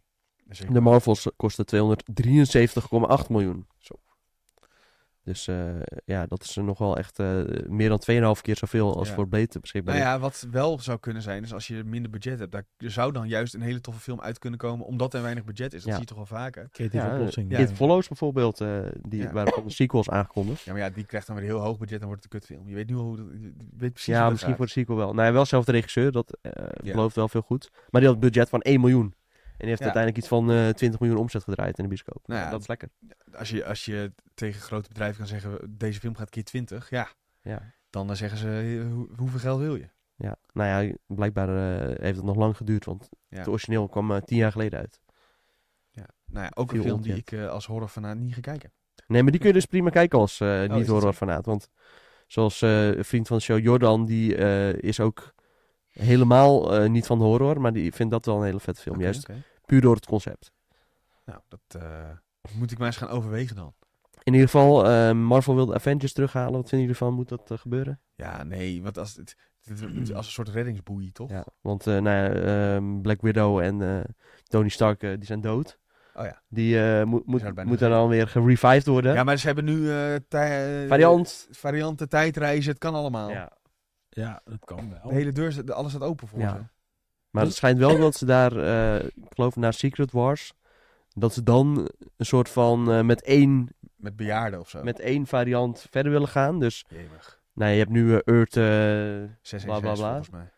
Zeker. De Marvels kosten 273,8 miljoen. Zo. Dus dat is nog wel echt meer dan 2,5 keer zoveel als Ja. voor Blade beschikbaar Nou is. ja, wat wel zou kunnen zijn, is als je minder budget hebt, daar zou dan juist een hele toffe film uit kunnen komen, omdat er weinig budget is. Dat Ja. zie je toch wel vaker. Creatieve Ja, oplossing. ja. It Follows bijvoorbeeld, Ja. waarvan de sequels aangekondigd. Ja, maar ja, die krijgt dan weer een heel hoog budget en wordt het een kutfilm. Je weet nu al hoe je weet precies hoe Ja, dat misschien gaat. voor de sequel wel. Nou, wel zelf de regisseur, dat Ja. belooft wel veel goed. Maar die had een budget van 1 miljoen. En die heeft Ja. uiteindelijk iets van 20 miljoen omzet gedraaid in de bioscoop. Nou ja, dat is lekker. Als je tegen grote bedrijven kan zeggen, deze film gaat keer 20, ja, Ja. dan zeggen ze, hoeveel geld wil je? Ja. Nou ja, blijkbaar heeft het nog lang geduurd, want Ja. het origineel kwam 10 jaar geleden uit. Ja. Nou ja, ook een Veel film die ontkend. ik als horrorfanaat niet ga kijken. Nee, maar die kun je dus prima kijken als is dat niet-horror fanaat. Want zoals een vriend van de show, Jordan, die is ook helemaal niet van de horror. Maar die vindt dat wel een hele vette film. Oké, Juist oké. puur door het concept. Nou, dat moet ik maar eens gaan overwegen dan. In ieder geval, Marvel wil de Avengers terughalen. Wat vinden jullie van? Moet dat gebeuren? Ja, nee, want als een soort reddingsboei, toch? Ja, want Black Widow en Tony Stark die zijn dood. Oh ja. Die zouden bijna moeten dan weer gerevived worden. Ja, maar ze hebben nu Variant. varianten, tijdreizen, het kan allemaal. Ja. Ja, dat kan De wel. hele deur, alles staat open voor Ja. ze. Maar het schijnt wel dat ze daar, ik geloof naar Secret Wars, dat ze dan een soort van met Met bejaarden of zo. met één variant verder willen gaan. Dus Jemig. nou, je hebt nu Earth 616 bla, bla, bla. volgens mij.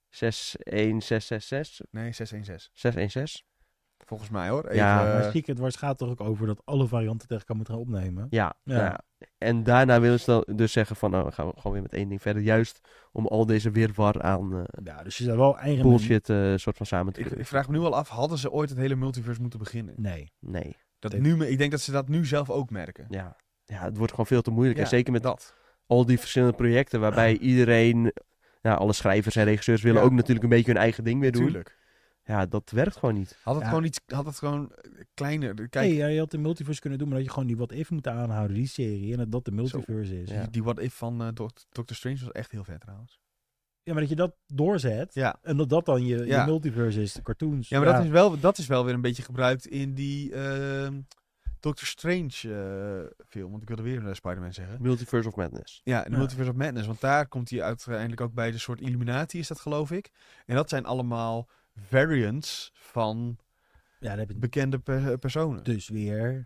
61666, Nee, 616. 616. Volgens mij hoor. Even, Ja, Maar Secret Wars gaat toch ook over dat alle varianten tegen elkaar moeten gaan opnemen? Ja, Ja. nou ja. En daarna willen ze dan dus zeggen van, nou, dan gaan we gewoon weer met één ding verder. Juist om al deze wirwar aan Ja, dus je zou wel eigen... bullshit soort van samen te ik kunnen. vraag me nu al af, hadden ze ooit het hele multiverse moeten beginnen? Nee. Nee, Ik denk dat ze dat nu zelf ook merken. ja. Ja, het wordt gewoon veel te moeilijk. Ja, En zeker met dat. al die verschillende projecten waarbij iedereen, nou, alle schrijvers en regisseurs willen Ja. ook natuurlijk een beetje hun eigen ding weer doen. Natuurlijk. Ja, dat werkt gewoon niet. Had het gewoon kleiner. Kijk, Nee, ja, je had de multiverse kunnen doen, maar dat je gewoon die What If moet aanhouden, die serie. En dat dat de multiverse is. Ja. die What If van Doctor Strange was echt heel vet trouwens. Ja, maar dat je dat doorzet. Ja. En dat dat dan je Ja. multiverse is, de cartoons. Ja, maar dat is wel weer een beetje gebruikt in die Doctor Strange film. Want ik wilde weer Spider-Man zeggen. Multiverse of Madness. Ja, de Ja. Multiverse of Madness. Want daar komt hij uiteindelijk ook bij de soort Illuminati, is dat geloof ik. En dat zijn allemaal variants van Ja, dan heb je bekende personen. dus weer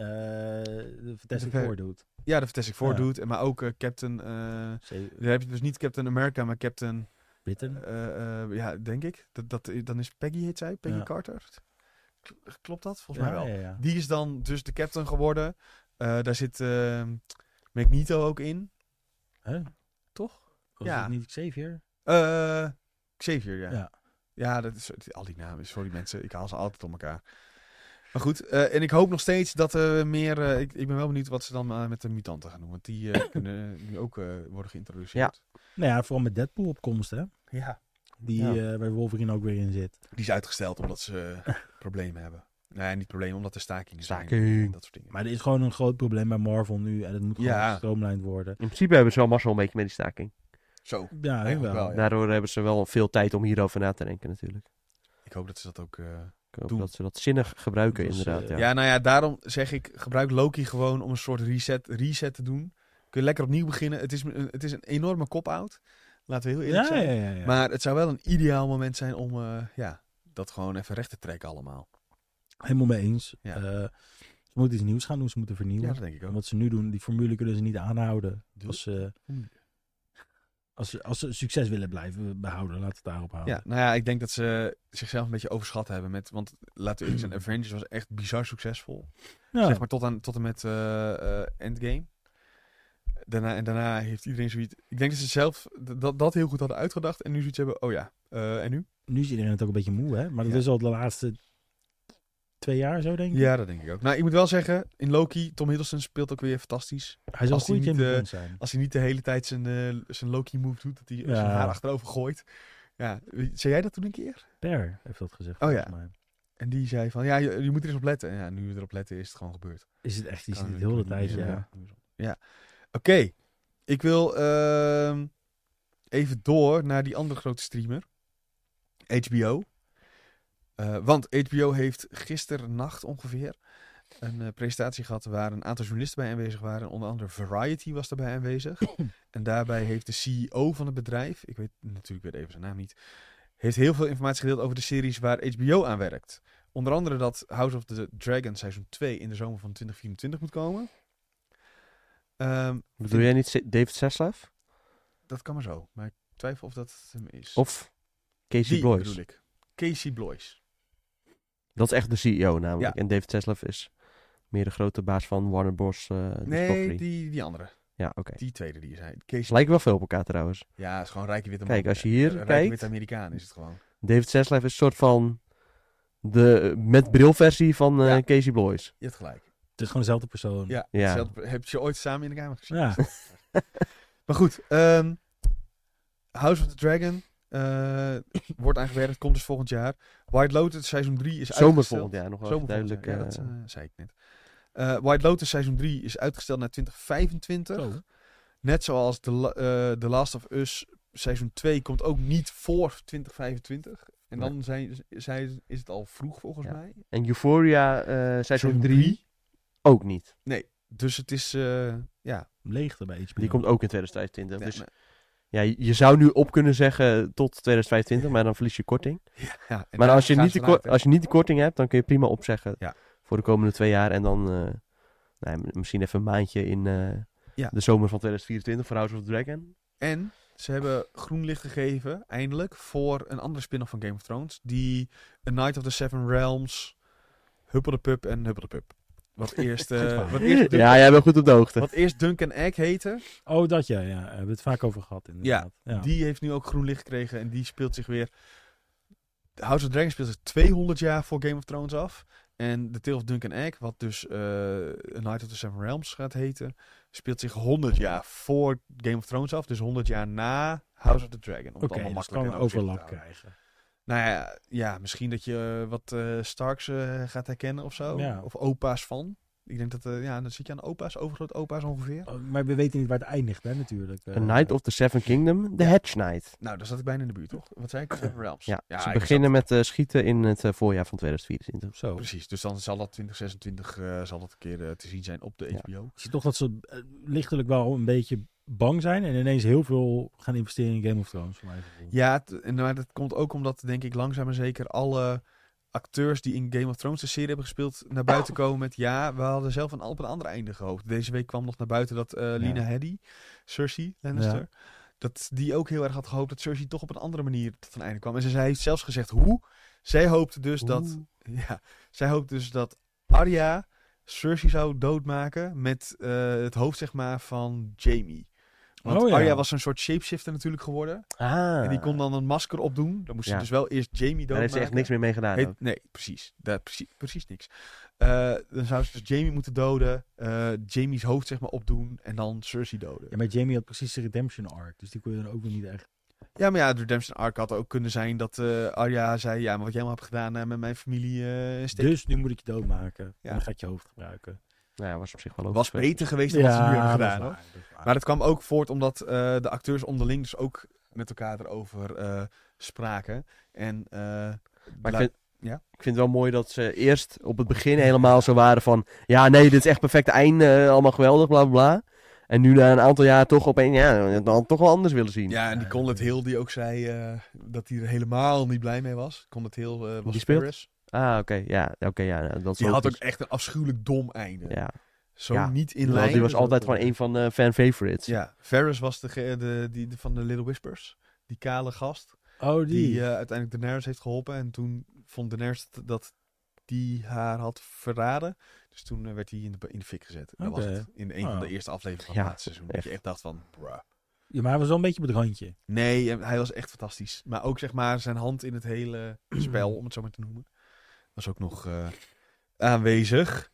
de Fantastic De ver- Four doet. Ja, de Fantastic Four Ja. doet. Maar ook Captain... daar heb je dus niet Captain America, maar Captain... Britain. ja, denk ik. Dan is Peggy, heet zij? Peggy Ja. Carter? Klopt dat? Volgens mij wel. Ja. Die is dan dus de captain geworden. Daar zit Magneto ook in. Huh? Toch? Was Ja. het niet Xavier? Xavier, ja. Ja. Ja, dat is al die namen. Sorry mensen, ik haal ze altijd om elkaar. Maar goed, en ik hoop nog steeds dat er meer... ik ben wel benieuwd wat ze dan met de mutanten gaan doen. Want die kunnen nu ook worden geïntroduceerd. Nou ja, vooral met Deadpool op komst, hè? Ja. Die waar Wolverine ook weer in zit. Die is uitgesteld omdat ze problemen hebben. Nee, niet problemen, omdat er stakingen zijn. Staking. En dat soort dingen. Maar er is gewoon een groot probleem bij Marvel nu. En het moet gewoon Ja. gestroomlijnd worden. In principe hebben ze wel mazzel een beetje met die staking. Zo, Ja, Eigenlijk wel. wel, ja. Daardoor hebben ze wel veel tijd om hierover na te denken natuurlijk. ik hoop dat ze dat ook... Ik hoop Doen. dat ze dat zinnig gebruiken Dat is, inderdaad. ja. Ja, nou ja, daarom zeg ik, gebruik Loki gewoon om een soort reset te doen. Kun je lekker opnieuw beginnen. Het is een enorme cop-out. Laten we heel eerlijk zijn. Ja. Maar het zou wel een ideaal moment zijn om dat gewoon even recht te trekken allemaal. Helemaal mee eens. Ja. Ze moeten iets nieuws gaan doen. Ze moeten vernieuwen. Ja, dat denk ik ook. En wat ze nu doen, die formule kunnen ze niet aanhouden. Dus- Als ze succes willen blijven behouden, laten we het daarop houden. Ja, nou ja, ik denk dat ze zichzelf een beetje overschat hebben. Want laten we eerlijk zijn, Avengers was echt bizar succesvol. Ja. Zeg maar tot en met Endgame. Daarna heeft iedereen zoiets... Ik denk dat ze zelf dat heel goed hadden uitgedacht. En nu zoiets hebben, oh ja, en nu? Nu is iedereen het ook een beetje moe, hè? Maar dat Ja. is al de laatste 2 jaar zo, denk ik. Ja, dat denk ik ook. Nou, ik moet wel zeggen, in Loki, Tom Hiddleston speelt ook weer fantastisch. Hij zal als goed hij in niet, James Bond zijn. Als hij niet de hele tijd zijn Loki-move doet, dat hij zijn haar achterover gooit. Ja, zei jij dat toen een keer? Per heeft dat gezegd, Oh ja. volgens mij. En die zei van, ja, je moet er eens op letten. En ja, nu we erop letten, is het gewoon gebeurd. Is het echt, die Kan zit het ik heel de niet tijd, meer, ja. Ja. Oké. Ik wil even door naar die andere grote streamer. HBO. Want HBO heeft gisternacht ongeveer een presentatie gehad waar een aantal journalisten bij aanwezig waren. Onder andere Variety was daarbij aanwezig. En daarbij heeft de CEO van het bedrijf, ik weet even zijn naam niet, heeft heel veel informatie gedeeld over de series waar HBO aan werkt. Onder andere dat House of the Dragon seizoen 2 in de zomer van 2024 moet komen. Bedoel jij niet David Zaslav? Dat kan maar zo, maar ik twijfel of dat het hem is. Of Casey Die Bloys? bedoel ik. Casey Bloys. Dat is echt de CEO namelijk. Ja. En David Zaslav is meer de grote baas van Warner Bros. Discovery. Nee, die andere. Ja, oké. Die tweede die zei. Casey. Ze lijken wel veel op elkaar trouwens. Ja, het is gewoon rijke witte man. Kijk, als je hier Rijke kijkt- witte Amerikaan is het gewoon. David Zaslav is een soort van de met brilversie van Ja. Casey Bloys. Je hebt gelijk. Het is gewoon dezelfde persoon. Ja. Ja. Hetzelfde- heb je ooit samen in de kamer gezien? Ja. Maar goed, House of the Dragon wordt aangewerkt, komt dus volgend jaar. White Lotus seizoen 3 is Zomer uitgesteld. volgend jaar nog wel Zomer duidelijk. volgend jaar, ja, dat zei ik net. White Lotus seizoen 3 is uitgesteld naar 2025. Zo. Net zoals The Last of Us seizoen 2 komt ook niet voor 2025. En dan is het al vroeg volgens Ja. mij. En Euphoria seizoen 3 ook niet. Nee, dus het is... ja. Leegte bij HBO. Die komt ook in 2025. Ja, Dus maar- ja, je zou nu op kunnen zeggen tot 2025, maar dan verlies je korting. ja, en Maar daar als je, gaan niet ze de vanuit, hè. als je niet de korting hebt, dan kun je prima opzeggen Ja. voor de komende 2 jaar. En dan misschien even een maandje in Ja. de zomer van 2024 voor House of the Dragon. En ze hebben groen licht gegeven, eindelijk, voor een andere spin-off van Game of Thrones. Die A Night of the Seven Realms, Huppel de Pup en Huppel de Pup. Wat eerst, Ja, jij bent goed op de hoogte. wat eerst Dunk Egg heette. Oh, dat ja. Daar hebben we het vaak over gehad inderdaad. Ja. Die heeft nu ook groen licht gekregen en die speelt zich weer... House of Dragon speelt zich 200 jaar voor Game of Thrones af. En The Tale of Dunk Egg, wat dus A Night of the Seven Realms gaat heten, speelt zich 100 jaar voor Game of Thrones af. Dus 100 jaar na House of the Dragon. Om het Oké, allemaal dus makkelijk kan en een overlap overzichtelijk te houden. krijgen. Nou ja, misschien dat je wat Starks gaat herkennen of zo. Ja. Of opa's van. Ik denk dat, dan zit je aan opa's, overgroot opa's ongeveer. Oh, maar we weten niet waar het eindigt, hè, natuurlijk. A Night of the Seven Kingdom, The Hedge Knight. Nou, daar zat ik bijna in de buurt, toch? Wat zei ik? Seven Realms. Ja, ze ik beginnen met schieten in het voorjaar van 2024. Zo. Precies, dus dan zal dat 2026 zal dat een keer te zien zijn op de Ja. HBO. Ik zie toch dat ze lichtelijk wel een beetje bang zijn en ineens heel veel gaan investeren in Game of Thrones. Voor mijn gevoel. Ja, maar dat komt ook omdat, denk ik, langzaam maar zeker alle acteurs die in Game of Thrones de serie hebben gespeeld naar buiten komen met we hadden zelf op een ander einde gehoopt. Deze week kwam nog naar buiten dat Lena Headey, Cersei Lannister, dat die ook heel erg had gehoopt dat Cersei toch op een andere manier tot een einde kwam. En zij heeft zelfs gezegd hoe. Zij hoopte dus dat Arya Cersei zou doodmaken met het hoofd, zeg maar, van Jaime. Want Arya was een soort shapeshifter natuurlijk geworden. Ah. En die kon dan een masker opdoen. Dan moest ze dus wel eerst Jaime doodmaken. Daar heeft ze echt niks meer mee gedaan. ook. Nee, precies. Precies niks. Dan zou ze dus Jaime moeten doden. Jaime's hoofd, zeg maar, opdoen. En dan Cersei doden. Ja, maar Jaime had precies de redemption arc, dus die kon je dan ook weer niet echt... Ja, maar de Redemption Arc had ook kunnen zijn dat Arya zei... Ja, maar wat jij allemaal hebt gedaan met mijn familie... Dus nu moet ik je doodmaken. Ja. En dan ga ik je hoofd gebruiken. Nou ja, was op zich wel was logisch. beter geweest dan wat ze nu hebben dat is gedaan. Hoor. waar, dat is waar. Maar dat kwam ook voort omdat de acteurs onderling dus ook met elkaar erover spraken. En, Maar ik ja? vind het wel mooi dat ze eerst op het begin helemaal zo waren van... Ja, nee, dit is echt perfect einde, allemaal geweldig, bla bla bla. En nu na een aantal jaar toch opeens, dan toch wel anders willen zien. Ja, en die Conrad Hill die ook zei dat hij er helemaal niet blij mee was. Conrad Hill was Die speelt? Ferris. Ah, oké, ja, dat is Die had ook logisch. echt een afschuwelijk dom einde. Ja, Zo Ja. niet in want lijn. die was altijd gewoon een van de fan favorites. Ja, Ferris was die van de Little Whispers. Die kale gast. Oh, Die uiteindelijk Daenerys heeft geholpen. En toen vond Daenerys dat die haar had verraden. Dus toen werd hij in de fik gezet. En dat was Oké. het. In een van de eerste afleveringen van Ja, het laatste seizoen. Dat je echt. echt dacht van... Bruh. Ja, maar hij was wel een beetje op het randje. Nee, hij was echt fantastisch. Maar ook zeg maar zijn hand in het hele spel, om het zo maar te noemen. Was ook nog aanwezig.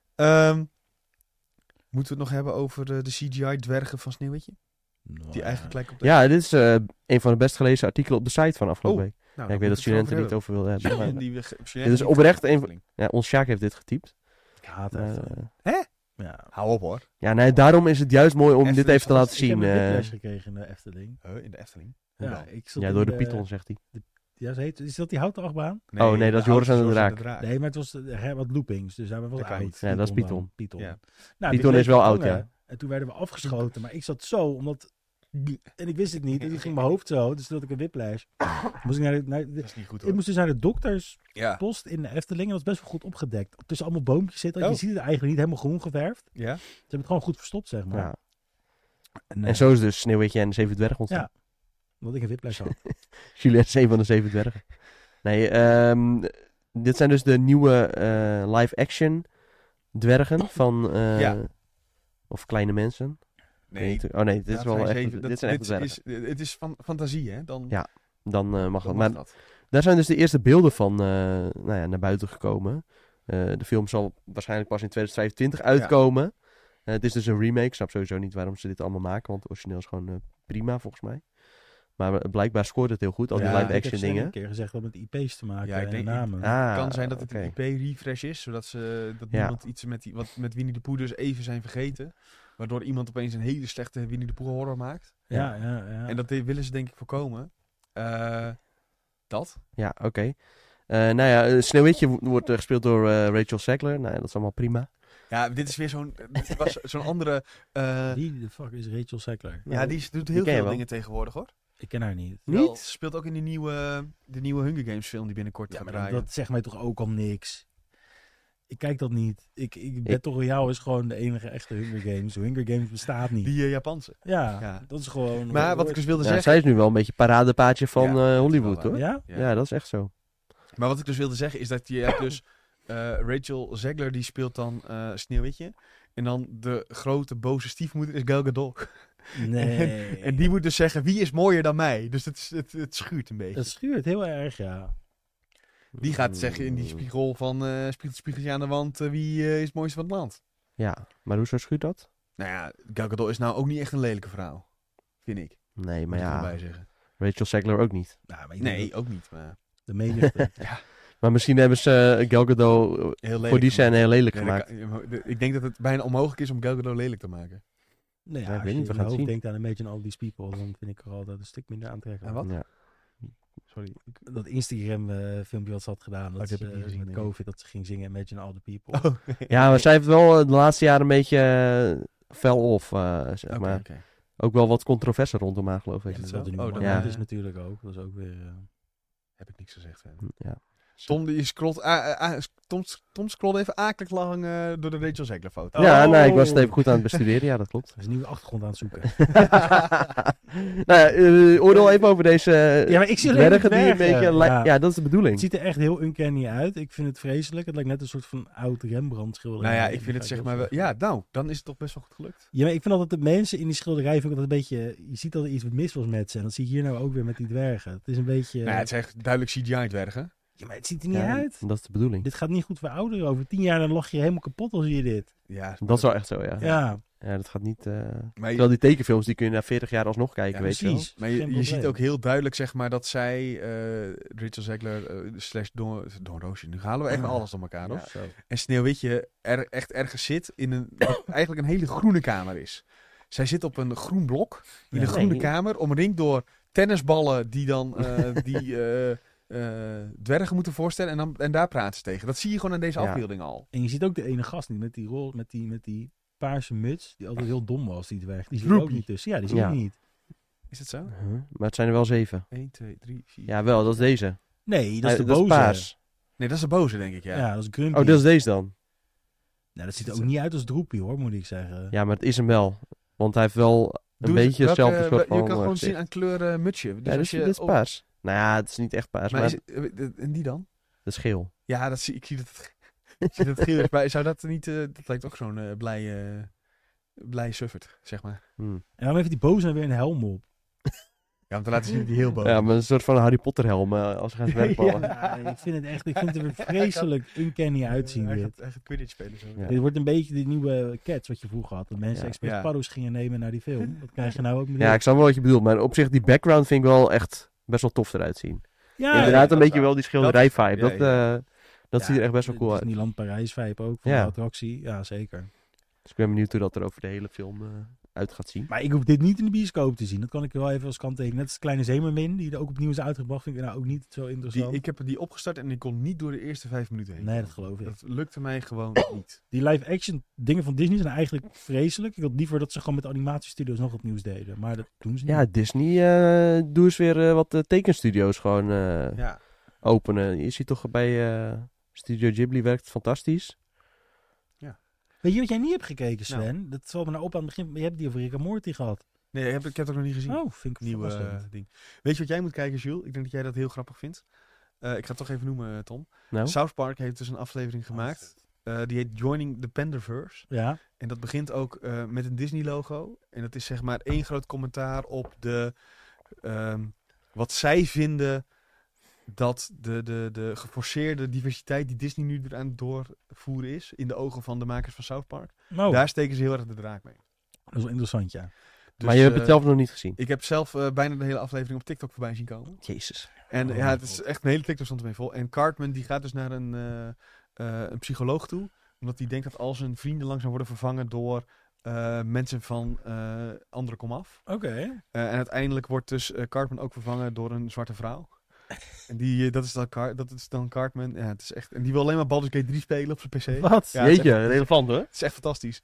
Moeten we het nog hebben over de CGI-dwergen van Sneeuwwitje? Nou, Die eigenlijk lijken op de... Ja, dit is een van de best gelezen artikelen op de site van afgelopen Oh, week. Nou, Ja, ik weet dat Julien er niet over wil hebben. Dit is oprecht een van... Ja, ons Sjaak heeft dit getypt. Ik haat Maar, Efteling. Ja. Hou op hoor. ja, nee, daarom is het juist mooi om dit Efteling even te laten Ik heb zien. een whiplash gekregen in de Efteling. In de Efteling. Ja, dan? ik zat Ja, in door de Python, zegt hij. Ja, is dat die houten achtbaan? Nee, dat is Joris en de Draak. Nee, maar het was wat loopings. Dus hij was Dat kan oud. niet. Ja, dat is Python. Python. Ja. Nou, Python die is wel bleef oud, hangen. ja. En toen werden we afgeschoten. Maar ik zat zo, omdat... En ik wist het niet. En toen ging mijn hoofd zo. Dus toen had ik een whiplash. Moest ik Dat is niet goed ik hoor. moest dus naar de Ja. dokterspost in de Efteling. En dat was best wel goed opgedekt. Tussen allemaal boompjes zitten. Oh. Je ziet het eigenlijk niet helemaal groen geverfd. Ja? Ze hebben het gewoon goed verstopt, zeg maar. Ja. En, En zo is dus Sneeuwwitje en de Zeven Dwergen ontstaan. Ja. Omdat ik een whiplash had. Juliette is een van de 7 dwergen. Nee, dit zijn dus de nieuwe live-action dwergen van... Ja. Of kleine mensen. Nee. Oh nee, dit, is dat wel zijn echt, zeven- dit zijn echt dwergen. Het is van fantasie, hè? Dan, Ja, Dan mag dan dat. Maar dat. daar zijn dus de eerste beelden van naar buiten gekomen. De film zal waarschijnlijk pas in 2025 uitkomen. Het is dus een remake. Ik snap sowieso niet waarom ze dit allemaal maken. Want het origineel is gewoon prima, volgens mij. Maar blijkbaar scoort het heel goed, al die live-action dingen. Ik heb een keer gezegd dat met IP's te maken Ja, ik en denk- namen. Ah, Het kan zijn dat het oké. een IP-refresh is, zodat Ja. niemand iets met Winnie de Pooh dus even zijn vergeten. Waardoor iemand opeens een hele slechte Winnie de Pooh horror maakt. Ja. En dat willen ze denk ik voorkomen. Dat. Ja, oké. Sneeuwwitje wordt gespeeld door Rachel Zegler. Nou ja, dat is allemaal prima. Ja, dit is weer dit was zo'n andere... Wie de fuck is Rachel Zegler? ja, die doet die heel ken je veel wel. dingen tegenwoordig hoor. Ik ken haar niet. Niet? Wel, ze speelt ook in de nieuwe Hunger Games film die binnenkort Ja, gaat maar draaien. dat zegt mij toch ook al niks. Ik kijk dat niet. Battle Royale is gewoon de enige echte Hunger Games. Hunger Games bestaat niet. Die Japanse. Ja, dat is gewoon... Maar wat ik dus wilde Ja, zeggen... zij is nu wel een beetje paradepaadje van Ja, dat is wel Hollywood, waar. hoor. Ja? Ja, dat is echt zo. Maar wat ik dus wilde zeggen is dat je hebt dus Rachel Zegler die speelt dan Sneeuwwitje. En dan de grote boze stiefmoeder is Gal Gadot. Nee. En die moet dus zeggen wie is mooier dan mij. Dus het schuurt een beetje. Dat schuurt heel erg, ja. Die gaat zeggen in die spiegel van spiegeltje aan de wand wie is het mooiste van het land. Ja, maar hoezo schuurt dat? Nou ja, Gal Gadot is nou ook niet echt een lelijke vrouw. Vind ik. Nee, maar Moet ik ja, erbij zeggen. Rachel Zegler ook niet. Nou, maar ik denk Nee, dat ook niet. Maar de menigte. Maar misschien hebben ze Gal Gadot heel lelijk voor die scène heel lelijk Nee, gemaakt. ik denk dat het bijna onmogelijk is om Gal Gadot lelijk te maken. Nee, Ja, ja, ik als weet je niet, we in gaan mijn het hoofd zien. denkt aan Imagine All These People, dan vind ik er altijd een stuk minder aantrekkelijk. En wat? Ja. Sorry. Dat Instagram filmpje wat ze had gedaan, dat dat heb ze, ik niet gezien, met nee. COVID, dat ze ging zingen Imagine All the People. Oh, Ja, maar zij heeft wel de laatste jaren een beetje fel of, zeg Oké, maar. oké. Ook wel wat controverse rondom haar, geloof ik. Ja, dat is zo? wat er nu Oh, allemaal dat- aan de hand ja. is natuurlijk ook. Dat is ook weer... Heb ik niks gezegd. Hè. Ja. Tom die scrolt, Tom scrolt even akelig lang door de Rachel Zegler foto. Ja, Oh. nee, ik was het even goed aan het bestuderen. Ja, dat klopt. Er is een nieuwe achtergrond aan het zoeken. Nou ja, oordeel even over deze Ja, maar ik zie alleen dwergen de die een dwergen. beetje... Ja. Ja, dat is de bedoeling. Het ziet er echt heel uncanny uit. Ik vind het vreselijk. Het lijkt net een soort van oud Rembrandt schilderij. Nou ja, ik vind het zeg maar wel... Ja, nou, dan is het toch best wel goed gelukt. Ja, maar ik vind altijd de mensen in die schilderij vind ik altijd een beetje... Je ziet dat er iets mis was met ze. En dat zie je hier nou ook weer met die dwergen. Het is een beetje... Nou ja, het zijn echt duidelijk CGI-dwergen. Ja, maar het ziet er niet Ja, uit. dat is de bedoeling. Dit gaat niet goed verouderen. Over 10 jaar dan lach je helemaal kapot als je dit. Ja, Dat is wel echt zo, ja. Ja, Ja, dat gaat niet... maar Terwijl die tekenfilms, die kun je na 40 jaar alsnog kijken, Ja, weet je wel. precies. Maar Geen je probleem. ziet ook heel duidelijk, zeg maar, dat zij, Rachel Zegler, slash Doornroosje, nu halen we echt alles door elkaar, hoor. Ja. Zo. En Sneeuwwitje echt ergens zit in een, wat eigenlijk een hele groene kamer is. Zij zit op een groen blok in Ja. een groene Nee. kamer, omringd door tennisballen die dan dwergen moeten voorstellen. En daar praten ze tegen. Dat zie je gewoon aan deze Ja. afbeelding al. En je ziet ook de ene gast niet met die rol, met die paarse muts, die altijd heel dom was, die dwerg. Die zie je er ook Droopy. niet tussen. Ja, die zie Ja. je niet. Is het zo? Maar het zijn er wel 7. 1, 2, 3, 4. Ja, wel, dat is deze. Nee, dat is de dat boze. is paars. Nee, dat is de boze, denk ik, Ja. ja. dat is Grumpy. Oh, dat is deze dan. Nou, dat ziet er ook niet uit als Droepie, hoor, moet ik zeggen. Ja, maar het is hem wel. Want hij heeft wel een Doe eens- beetje welke- hetzelfde soort Je van... kan gewoon gezicht. zien aan kleur mutsje. Dus Ja, als dus je dit is op- paars. Nou ja, het is niet echt paars, Maar maar, is het- en die dan? dat is geel. Ja, ik zie dat ik zie dat het geel is. Maar zou dat niet... dat lijkt ook zo'n blij suffert, zeg maar. Hm. En waarom heeft die boze nou weer een helm op? Ja, om te laten zien dat die heel boos Ja, maar een soort van Harry Potter helm als ze gaan zwerfballen. Ja, ik vind het er weer vreselijk uncanny uitzien. Hij Dit. gaat Quidditch spelen zo. Ja. Dit wordt een beetje de nieuwe Cats wat je vroeger had. Dat mensen Ja. expres Ja. paddo's gingen nemen naar die film. Dat krijg je nou ook met Ja, ik snap wel wat je bedoelt. Maar op zich, die background vind ik wel echt best wel tof eruit zien. ja, Inderdaad, ja, een dat beetje wel. wel die schilderij-vibe. Ja, Dat, ja. dat ziet er echt best wel cool uit. Disneyland Parijs vibe ook, van Ja. de attractie. Ja, zeker. Dus ik ben benieuwd hoe dat er over de hele film uit gaat zien. Maar ik hoef dit niet in de bioscoop te zien. Dat kan ik wel even als kanttekening. Net als Kleine Zeemermin, die er ook opnieuw is uitgebracht. Vind ik nou ook niet zo interessant. Ik heb die opgestart en ik kon niet door de eerste 5 minuten heen. Nee, dat geloof ik. Dat lukte mij gewoon niet. Die live-action dingen van Disney zijn eigenlijk vreselijk. Ik had liever dat ze gewoon met de animatiestudio's nog wat nieuws deden. Maar dat doen ze niet. Ja, Disney, doe eens weer wat tekenstudio's gewoon Ja. openen. Je ziet toch bij Studio Ghibli werkt het fantastisch. Weet je wat jij niet hebt gekeken, Sven? Nou. Dat valt me nou op aan het begin. Je hebt die over Rick en Morty gehad. Nee, ik heb het ook nog niet gezien. Oh, vind ik Nieuwe verrassend. ding. Weet je wat jij moet kijken, Jules? Ik denk dat jij dat heel grappig vindt. Ik ga het toch even noemen, Tom. Nou, South Park heeft dus een aflevering gemaakt. Die heet Joining the Penderverse. Ja. En dat begint ook met een Disney-logo. En dat is zeg maar één groot commentaar op de wat zij vinden dat de geforceerde diversiteit die Disney nu eraan doorvoeren is in de ogen van de makers van South Park. Oh, Daar steken ze heel erg de draak mee. dat is wel interessant, ja. Dus, maar je hebt het zelf nog niet gezien. Ik heb zelf bijna de hele aflevering op TikTok voorbij zien komen. Jezus. En Oh, ja, het God. is echt een hele TikTok stond ermee vol. En Cartman die gaat dus naar een psycholoog toe. Omdat hij denkt dat al zijn vrienden langzaam worden vervangen door mensen van andere komaf. Oké. En uiteindelijk wordt dus Cartman ook vervangen door een zwarte vrouw. En dat is dan Cartman. Ja, het is echt, en die wil alleen maar Baldur's Gate 3 spelen op zijn PC. Wat? Ja, het is Jeetje, echt- relevant hoor. Het is echt fantastisch.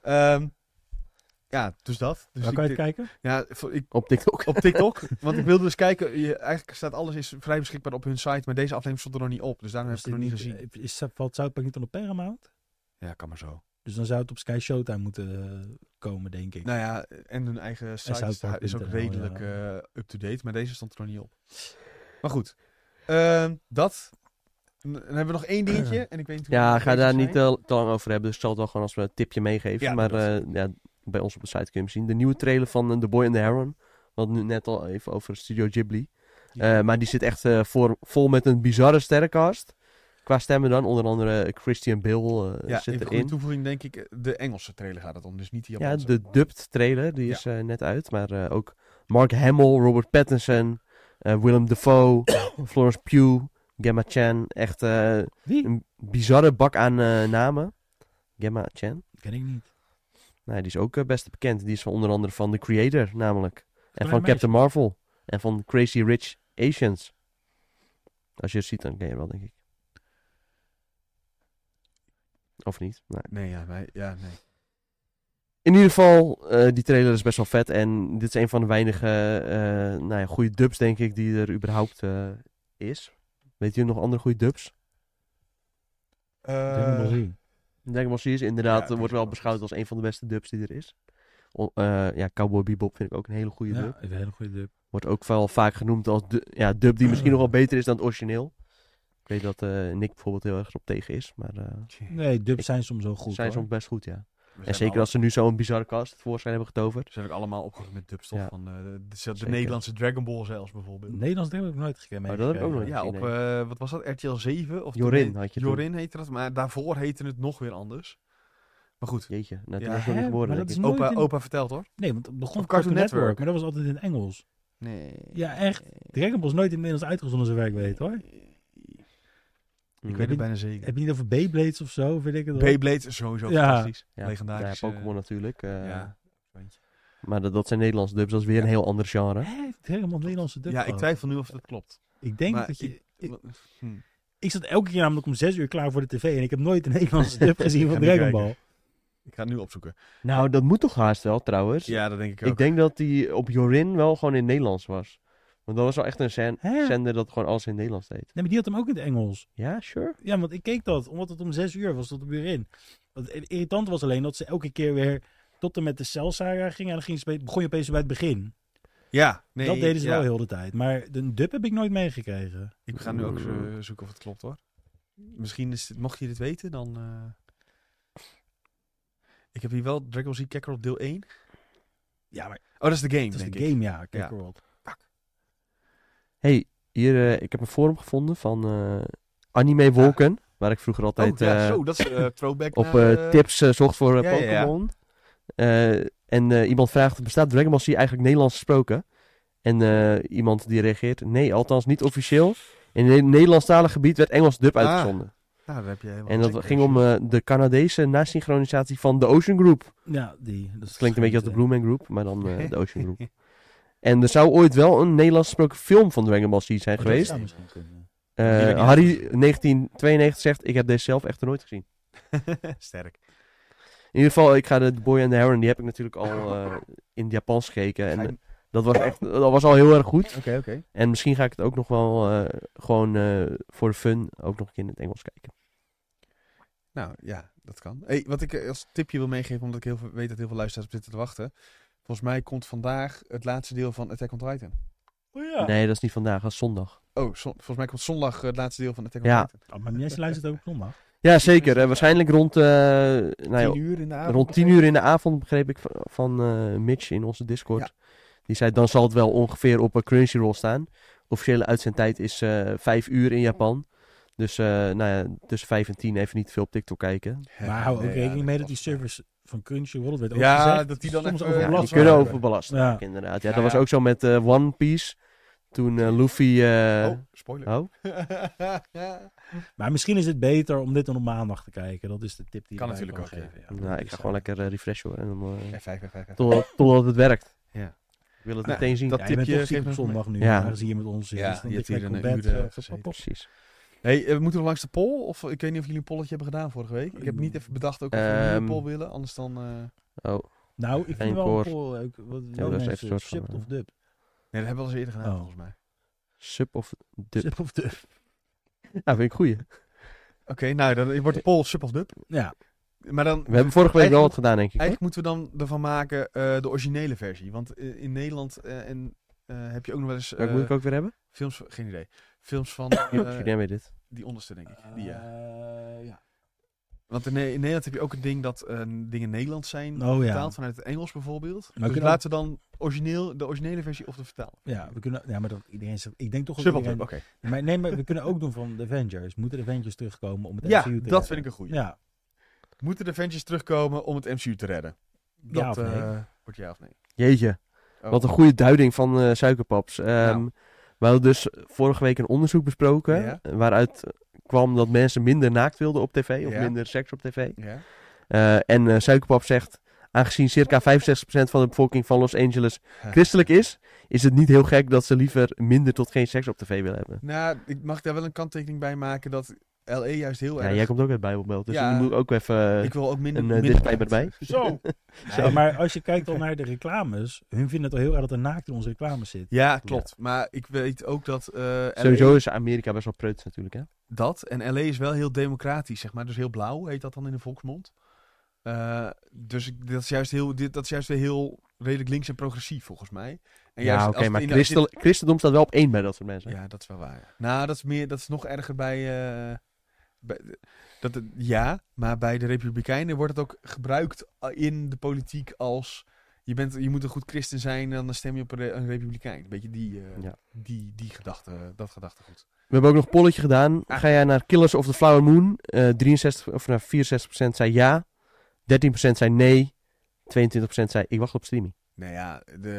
Ja, dus dat. Dus Waar kan je het kijken? ja, Op TikTok. op TikTok. Want ik wilde dus kijken. Eigenlijk staat alles is vrij beschikbaar op hun site. Maar deze aflevering stond er nog niet op. Dus daarom heb ik het nog niet gezien. Valt South Park niet onder Paramount? Ja, kan maar zo. Dus dan zou het op Sky Showtime moeten komen, denk ik. Nou ja, en hun eigen site Southpark.nl, is ook redelijk ja. up-to-date. Maar deze stond er nog niet op. Maar goed. Dat. Dan hebben we nog één dingetje. En ik weet niet hoe Ja, het ga daar zijn. niet te lang over hebben. Dus ik zal het wel gewoon als een tipje meegeven. Ja, maar dat ja, bij ons op de site kun je hem zien. De nieuwe trailer van The Boy and the Heron. We hadden nu net al even over Studio Ghibli. Ja. Maar die zit echt vol met een bizarre sterrencast. Qua stemmen dan. Onder andere Christian Bale Ja, zit even goede erin. toevoeging denk ik. De Engelse trailer gaat het om. Dus niet die Ja, Japanse. de dubbed trailer. Die is net uit. Maar ook Mark Hamill, Robert Pattinson, Willem Dafoe, Florence Pugh, Gemma Chan. Echt Wie? een bizarre bak aan namen. Gemma Chan. Ken ik niet. Nou, die is ook best bekend. Die is van onder andere van The Creator, namelijk. En Klein van meisje. Captain Marvel. En van Crazy Rich Asians. Als je het ziet, dan ken je wel, denk ik. Of niet? Nee. Nee, nee. In ieder geval, die trailer is best wel vet. En dit is een van de weinige goede dubs, denk ik, die er überhaupt is. Weet je nog andere goede dubs? Dragon Ball Z. Dragon Ball Z is inderdaad, Ja, wordt wel Dragon Ball beschouwd als een van de beste dubs die er is. Cowboy Bebop vind ik ook een hele goede dub. Ja, even een hele goede dub. Wordt ook wel vaak genoemd als dub die misschien nog wel beter is dan het origineel. Ik weet dat Nick bijvoorbeeld heel erg erop tegen is, maar Nee, dubs zijn soms wel goed, zijn hoor. soms best goed, ja. We En zijn zeker als ze nu zo'n bizarre cast voorschijn hebben getoverd. Ze zijn ook allemaal opgegroeid met dubstof Ja. van de Zeker. Nederlandse Dragon Ball zelfs bijvoorbeeld. Nederlands heb ik nooit gekend. Oh, dat heb ik ook nooit. Ja, op, Nee. wat was dat? RTL 7? Of Jorin toen- had je Jorin heette dat, maar daarvoor heette het nog weer anders. Maar goed, Jeetje, nou, toen Ja. was ik nog niet Hè? geboren, Maar denk dat ik. is nooit in- opa vertelt hoor. Nee, want het begon Of op Cartoon Cartoon Network, Network. maar dat was altijd in het Engels. Nee. Ja, echt. Dragon Ball is nooit in het Nederlands uitgezonden, zover ik weet, hoor. Ik weet het bijna zeker. Heb je niet over Beyblades of zo, vind ik het wel? Beyblade is sowieso Ja. fantastisch. Ja. Legendarisch. Ja, Pokémon natuurlijk. ja. Maar dat zijn Nederlandse dubs, dat is weer een heel ander genre. Hè, heeft Dragon Ball Nederlandse dub Ja, ik gehad? twijfel nu of dat klopt. Ik denk Maar dat je... Hm. Ik zat elke keer namelijk om 6 uur klaar voor de tv en ik heb nooit een Nederlandse dub gezien Ik van ga nu Dragon kijken. Ball. Ik ga het nu opzoeken. Nou, dat moet toch haast wel, trouwens. Ja, dat denk ik ook. Ik denk dat die op Jorin wel gewoon in het Nederlands was. Want dat was wel echt een Hè? zender dat gewoon alles in het Nederlands deed. Nee, maar die had hem ook in het Engels. Ja, sure. Ja, want ik keek dat, omdat het om 6 uur was tot op uur in. Wat irritant was alleen dat ze elke keer weer tot en met de Cell Saga gingen en dan begon je opeens bij het begin. Ja, nee. Dat deden ze ja. wel heel de tijd. Maar de dub heb ik nooit meegekregen. Ik ga nu ook zoeken of het klopt hoor. Misschien is het, mocht je dit weten, dan... Ik heb hier wel Dragon Ball Z Kakarot deel 1. Ja, maar Oh, dat is de game, dat is denk de ik. game, ja. Kijk Ja. erop. Hey, hier, ik heb een forum gevonden van Anime Wolken. Waar ik vroeger altijd Oh, ja, zo, dat is throwback op naar... tips zocht voor ja, ja, ja. Pokémon. En iemand vraagt, bestaat Dragon Ball Z eigenlijk Nederlands gesproken? En iemand die reageert, nee, althans niet officieel. In het Nederlandstalig gebied werd Engels dub Ah. uitgezonden. Nou, daar heb je helemaal En dat gelijk. ging om de Canadese nasynchronisatie van de Ocean Group. Ja, dat Klinkt een beetje als de Blue Man Group, maar dan de Ocean Group. En er zou ooit wel een Nederlands gesproken film van Dragon Ball Z zijn geweest. Dat zou misschien kunnen. Harry 1992 zegt, ik heb deze zelf echt nooit gezien. Sterk. In ieder geval, ik ga de Boy and the Heron, die heb ik natuurlijk al in het Japans gekeken. En dat was al heel erg goed. Oké. En misschien ga ik het ook nog wel gewoon voor de fun ook nog een keer in het Engels kijken. Nou, ja, dat kan. Hey, wat ik als tipje wil meegeven, omdat ik weet dat heel veel luisteraars op zitten te wachten. Volgens mij komt vandaag het laatste deel van Attack on Titan. Oh ja. Nee, dat is niet vandaag, dat is zondag. Oh, volgens mij komt zondag het laatste deel van Attack on Ja. Titan. Maar mensen luisteren ook op zondag. Ja, zeker. Waarschijnlijk rond 10 uur in de avond. rond 10 uur in de avond, begreep ik van Mitch in onze Discord. Ja. Die zei, dan zal het wel ongeveer op Crunchyroll staan. Officiële uitzendtijd is 5 uur in Japan. Dus tussen 5 en 10 even niet veel op TikTok kijken. Maar hou ook Nee, rekening mee dat die klopt. servers van Crunchyroll, dat werd ook Ja, gezegd, dat die dan soms even- overbelast Die kunnen waren. overbelast Ja. raken, inderdaad. Ja, Ja, dat was ja. ook zo met One Piece. Toen Luffy... Oh, spoiler. Oh? Maar misschien is het beter om dit dan op maandag te kijken. Dat is de tip die Kan ik natuurlijk kan ook, geven. Nou, ik ga gewoon lekker refreshen hoor. En dan, F5. totdat het werkt. Ja. Ik wil het Nou, meteen zien. dat Ja, je bent tipje toch ziek geef op me- zondag nu, Ja. aangezien je met ons zit. Ja, Dus dan je lig hebt je hier lekker een op bed, uur, gepop, gezeten. pop. Precies. Hey, we moeten nog langs de poll? Of ik weet niet of jullie een polletje hebben gedaan vorige week. Ik heb niet even bedacht ook of we een nieuwe poll willen. Anders dan... Oh, Nou, ik Geen vind wel koor. een poll leuk. Wat dat wel is even mensen, een soort van, subbed of dub? Nee, dat hebben we al eens eerder gedaan Oh. volgens mij. sub of dub? Sub of dub? Nou, vind ik goeie. Oké, nou dan wordt de poll sub of dub. Ja. Maar dan... We hebben vorige week wel wat gedaan, denk ik. hoor. Eigenlijk moeten we dan ervan maken de originele versie. Want in Nederland heb je ook nog wel eens Welke moet ik ook weer hebben? films... Geen idee. Films van Julien weet dit. die onderste, denk ik. Die, ja. Ja. Want in Nederland heb je ook het ding dat dingen Nederlands zijn Oh, ja. vertaald vanuit het Engels bijvoorbeeld. Maar Dus kunnen laten we dan de originele versie of de vertaal. Ja, we kunnen, ja, maar dat, iedereen zegt, ik denk toch dat Sub of iedereen- dub, oké. Maar, nee, maar we kunnen ook doen van de Avengers. Moeten de Avengers terugkomen om het Ja, MCU te dat redden? vind ik een goeie. Ja. Moeten de Avengers terugkomen om het MCU te redden? Ja Dat of nee? wordt ja of nee. Jeetje, Oh. wat een goede duiding van suikerpaps. Nou. We hadden dus vorige week een onderzoek besproken. Ja. Waaruit kwam dat mensen minder naakt wilden op tv. Of Ja. minder seks op tv. Ja. En Suikerpap zegt, aangezien circa 65% van de bevolking van Los Angeles christelijk is het niet heel gek dat ze liever minder tot geen seks op tv willen hebben. Nou, ik mag daar wel een kanttekening bij maken dat LA juist heel Ja, erg... jij komt ook uit Bijbelbelt, dus Ja, je moet ook even ik wil ook minder... een disclaimer erbij. Zo. Ja, maar als je kijkt al naar de reclames, hun vinden het al heel erg dat er naakt in onze reclames zit. Ja, klopt. Maar ik weet ook dat... LA Sowieso is Amerika best wel preuts natuurlijk, hè? Dat. En LA is wel heel democratisch, zeg maar. Dus heel blauw heet dat dan in de volksmond. Dus dat is juist weer heel redelijk links en progressief, volgens mij. En Ja, juist oké, als maar het in- christendom staat wel op 1 bij dat soort mensen. Ja, dat is wel waar. Ja. Nou, dat is nog erger ja, maar bij de Republikeinen wordt het ook gebruikt in de politiek als... Je moet een goed christen zijn en dan stem je op een Republikein. Een beetje Ja. die gedachte, dat gedachtegoed. We hebben ook nog een polletje gedaan. Ah. Ga jij naar Killers of the Flower Moon? 64% zei ja. 13% zei nee. 22% zei ik wacht op streaming. Nou ja,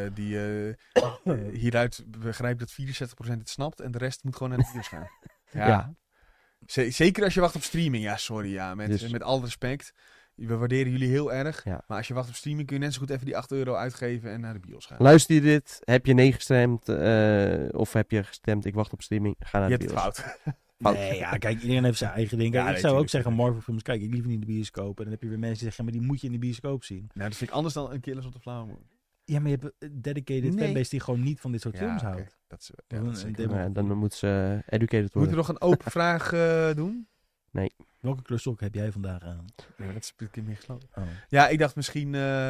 hieruit begrijp dat 64% het snapt en de rest moet gewoon naar de bios gaan. Ja. Zeker als je wacht op streaming. Ja, sorry. Ja, Dus- met alle respect. We waarderen jullie heel erg. Ja. Maar als je wacht op streaming kun je net zo goed even die €8 uitgeven en naar de bios gaan. Luister je dit? Heb je nee gestemd? Of heb je gestemd ik wacht op streaming? Ga naar Je de hebt het bios. fout. Nee, ja, kijk, iedereen heeft zijn eigen ding. Kijk, Ja, ik nee, zou ook tuurlijk, zeggen, tuurlijk. Marvel films kijk ik liever niet in de bioscoop. En dan heb je weer mensen die zeggen, maar die moet je in de bioscoop zien. Nou, dat vind ik anders dan een Killers of the Flower Moon. Ja, maar je hebt een dedicated Nee. fanbase die gewoon niet van dit soort films oké. houdt. Dat is, Een- dat is een zeker. demo. Nou ja, dan moeten ze educated Moeten we worden. nog een open vraag doen? Welke kleur sok heb jij vandaag aan? Nee, maar dat is een keer meer gesloten. Oh. Ja, ik dacht misschien...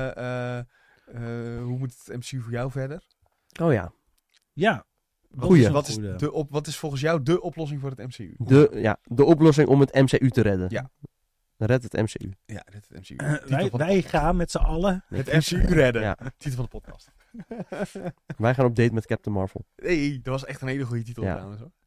hoe moet het MCU voor jou verder? Oh ja. Ja, Goeie. Wat is volgens jou de oplossing voor het MCU? De oplossing om het MCU te redden. Ja. Red het MCU. Ja, dit is het MCU. wij gaan met z'n allen. Het MCU redden. Ja. Titel van de podcast. Wij gaan op date met Captain Marvel. Nee, dat was echt een hele goede titel Ja. trouwens hoor.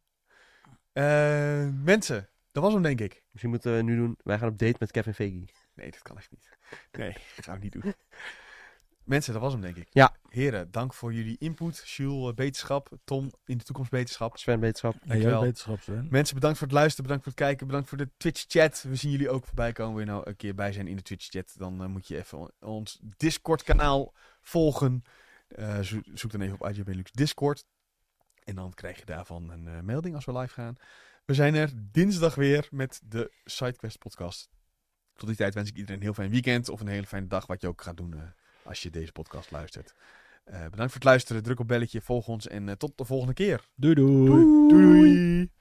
Mensen, dat was hem denk ik. Misschien moeten we nu doen, wij gaan op date met Kevin Feige. Nee, dat kan echt niet. Nee, dat gaan we niet doen. Mensen, dat was hem denk ik. Ja. Heren, dank voor jullie input. Jules, beterschap. Tom, in de toekomst beterschap. Sven, wetenschap. En Dankjewel. jouw wetenschap, Sven. Mensen, bedankt voor het luisteren, bedankt voor het kijken, bedankt voor de Twitch-chat. We zien jullie ook voorbij komen. Wil je nou een keer bij zijn in de Twitch-chat, dan moet je even ons Discord-kanaal volgen. Zoek dan even op IGN Benelux Discord. En dan krijg je daarvan een melding als we live gaan. We zijn er dinsdag weer met de SideQuest podcast. Tot die tijd wens ik iedereen een heel fijn weekend of een hele fijne dag, wat je ook gaat doen als je deze podcast luistert. Bedankt voor het luisteren, druk op belletje, volg ons en tot de volgende keer. Doei doei. Doei.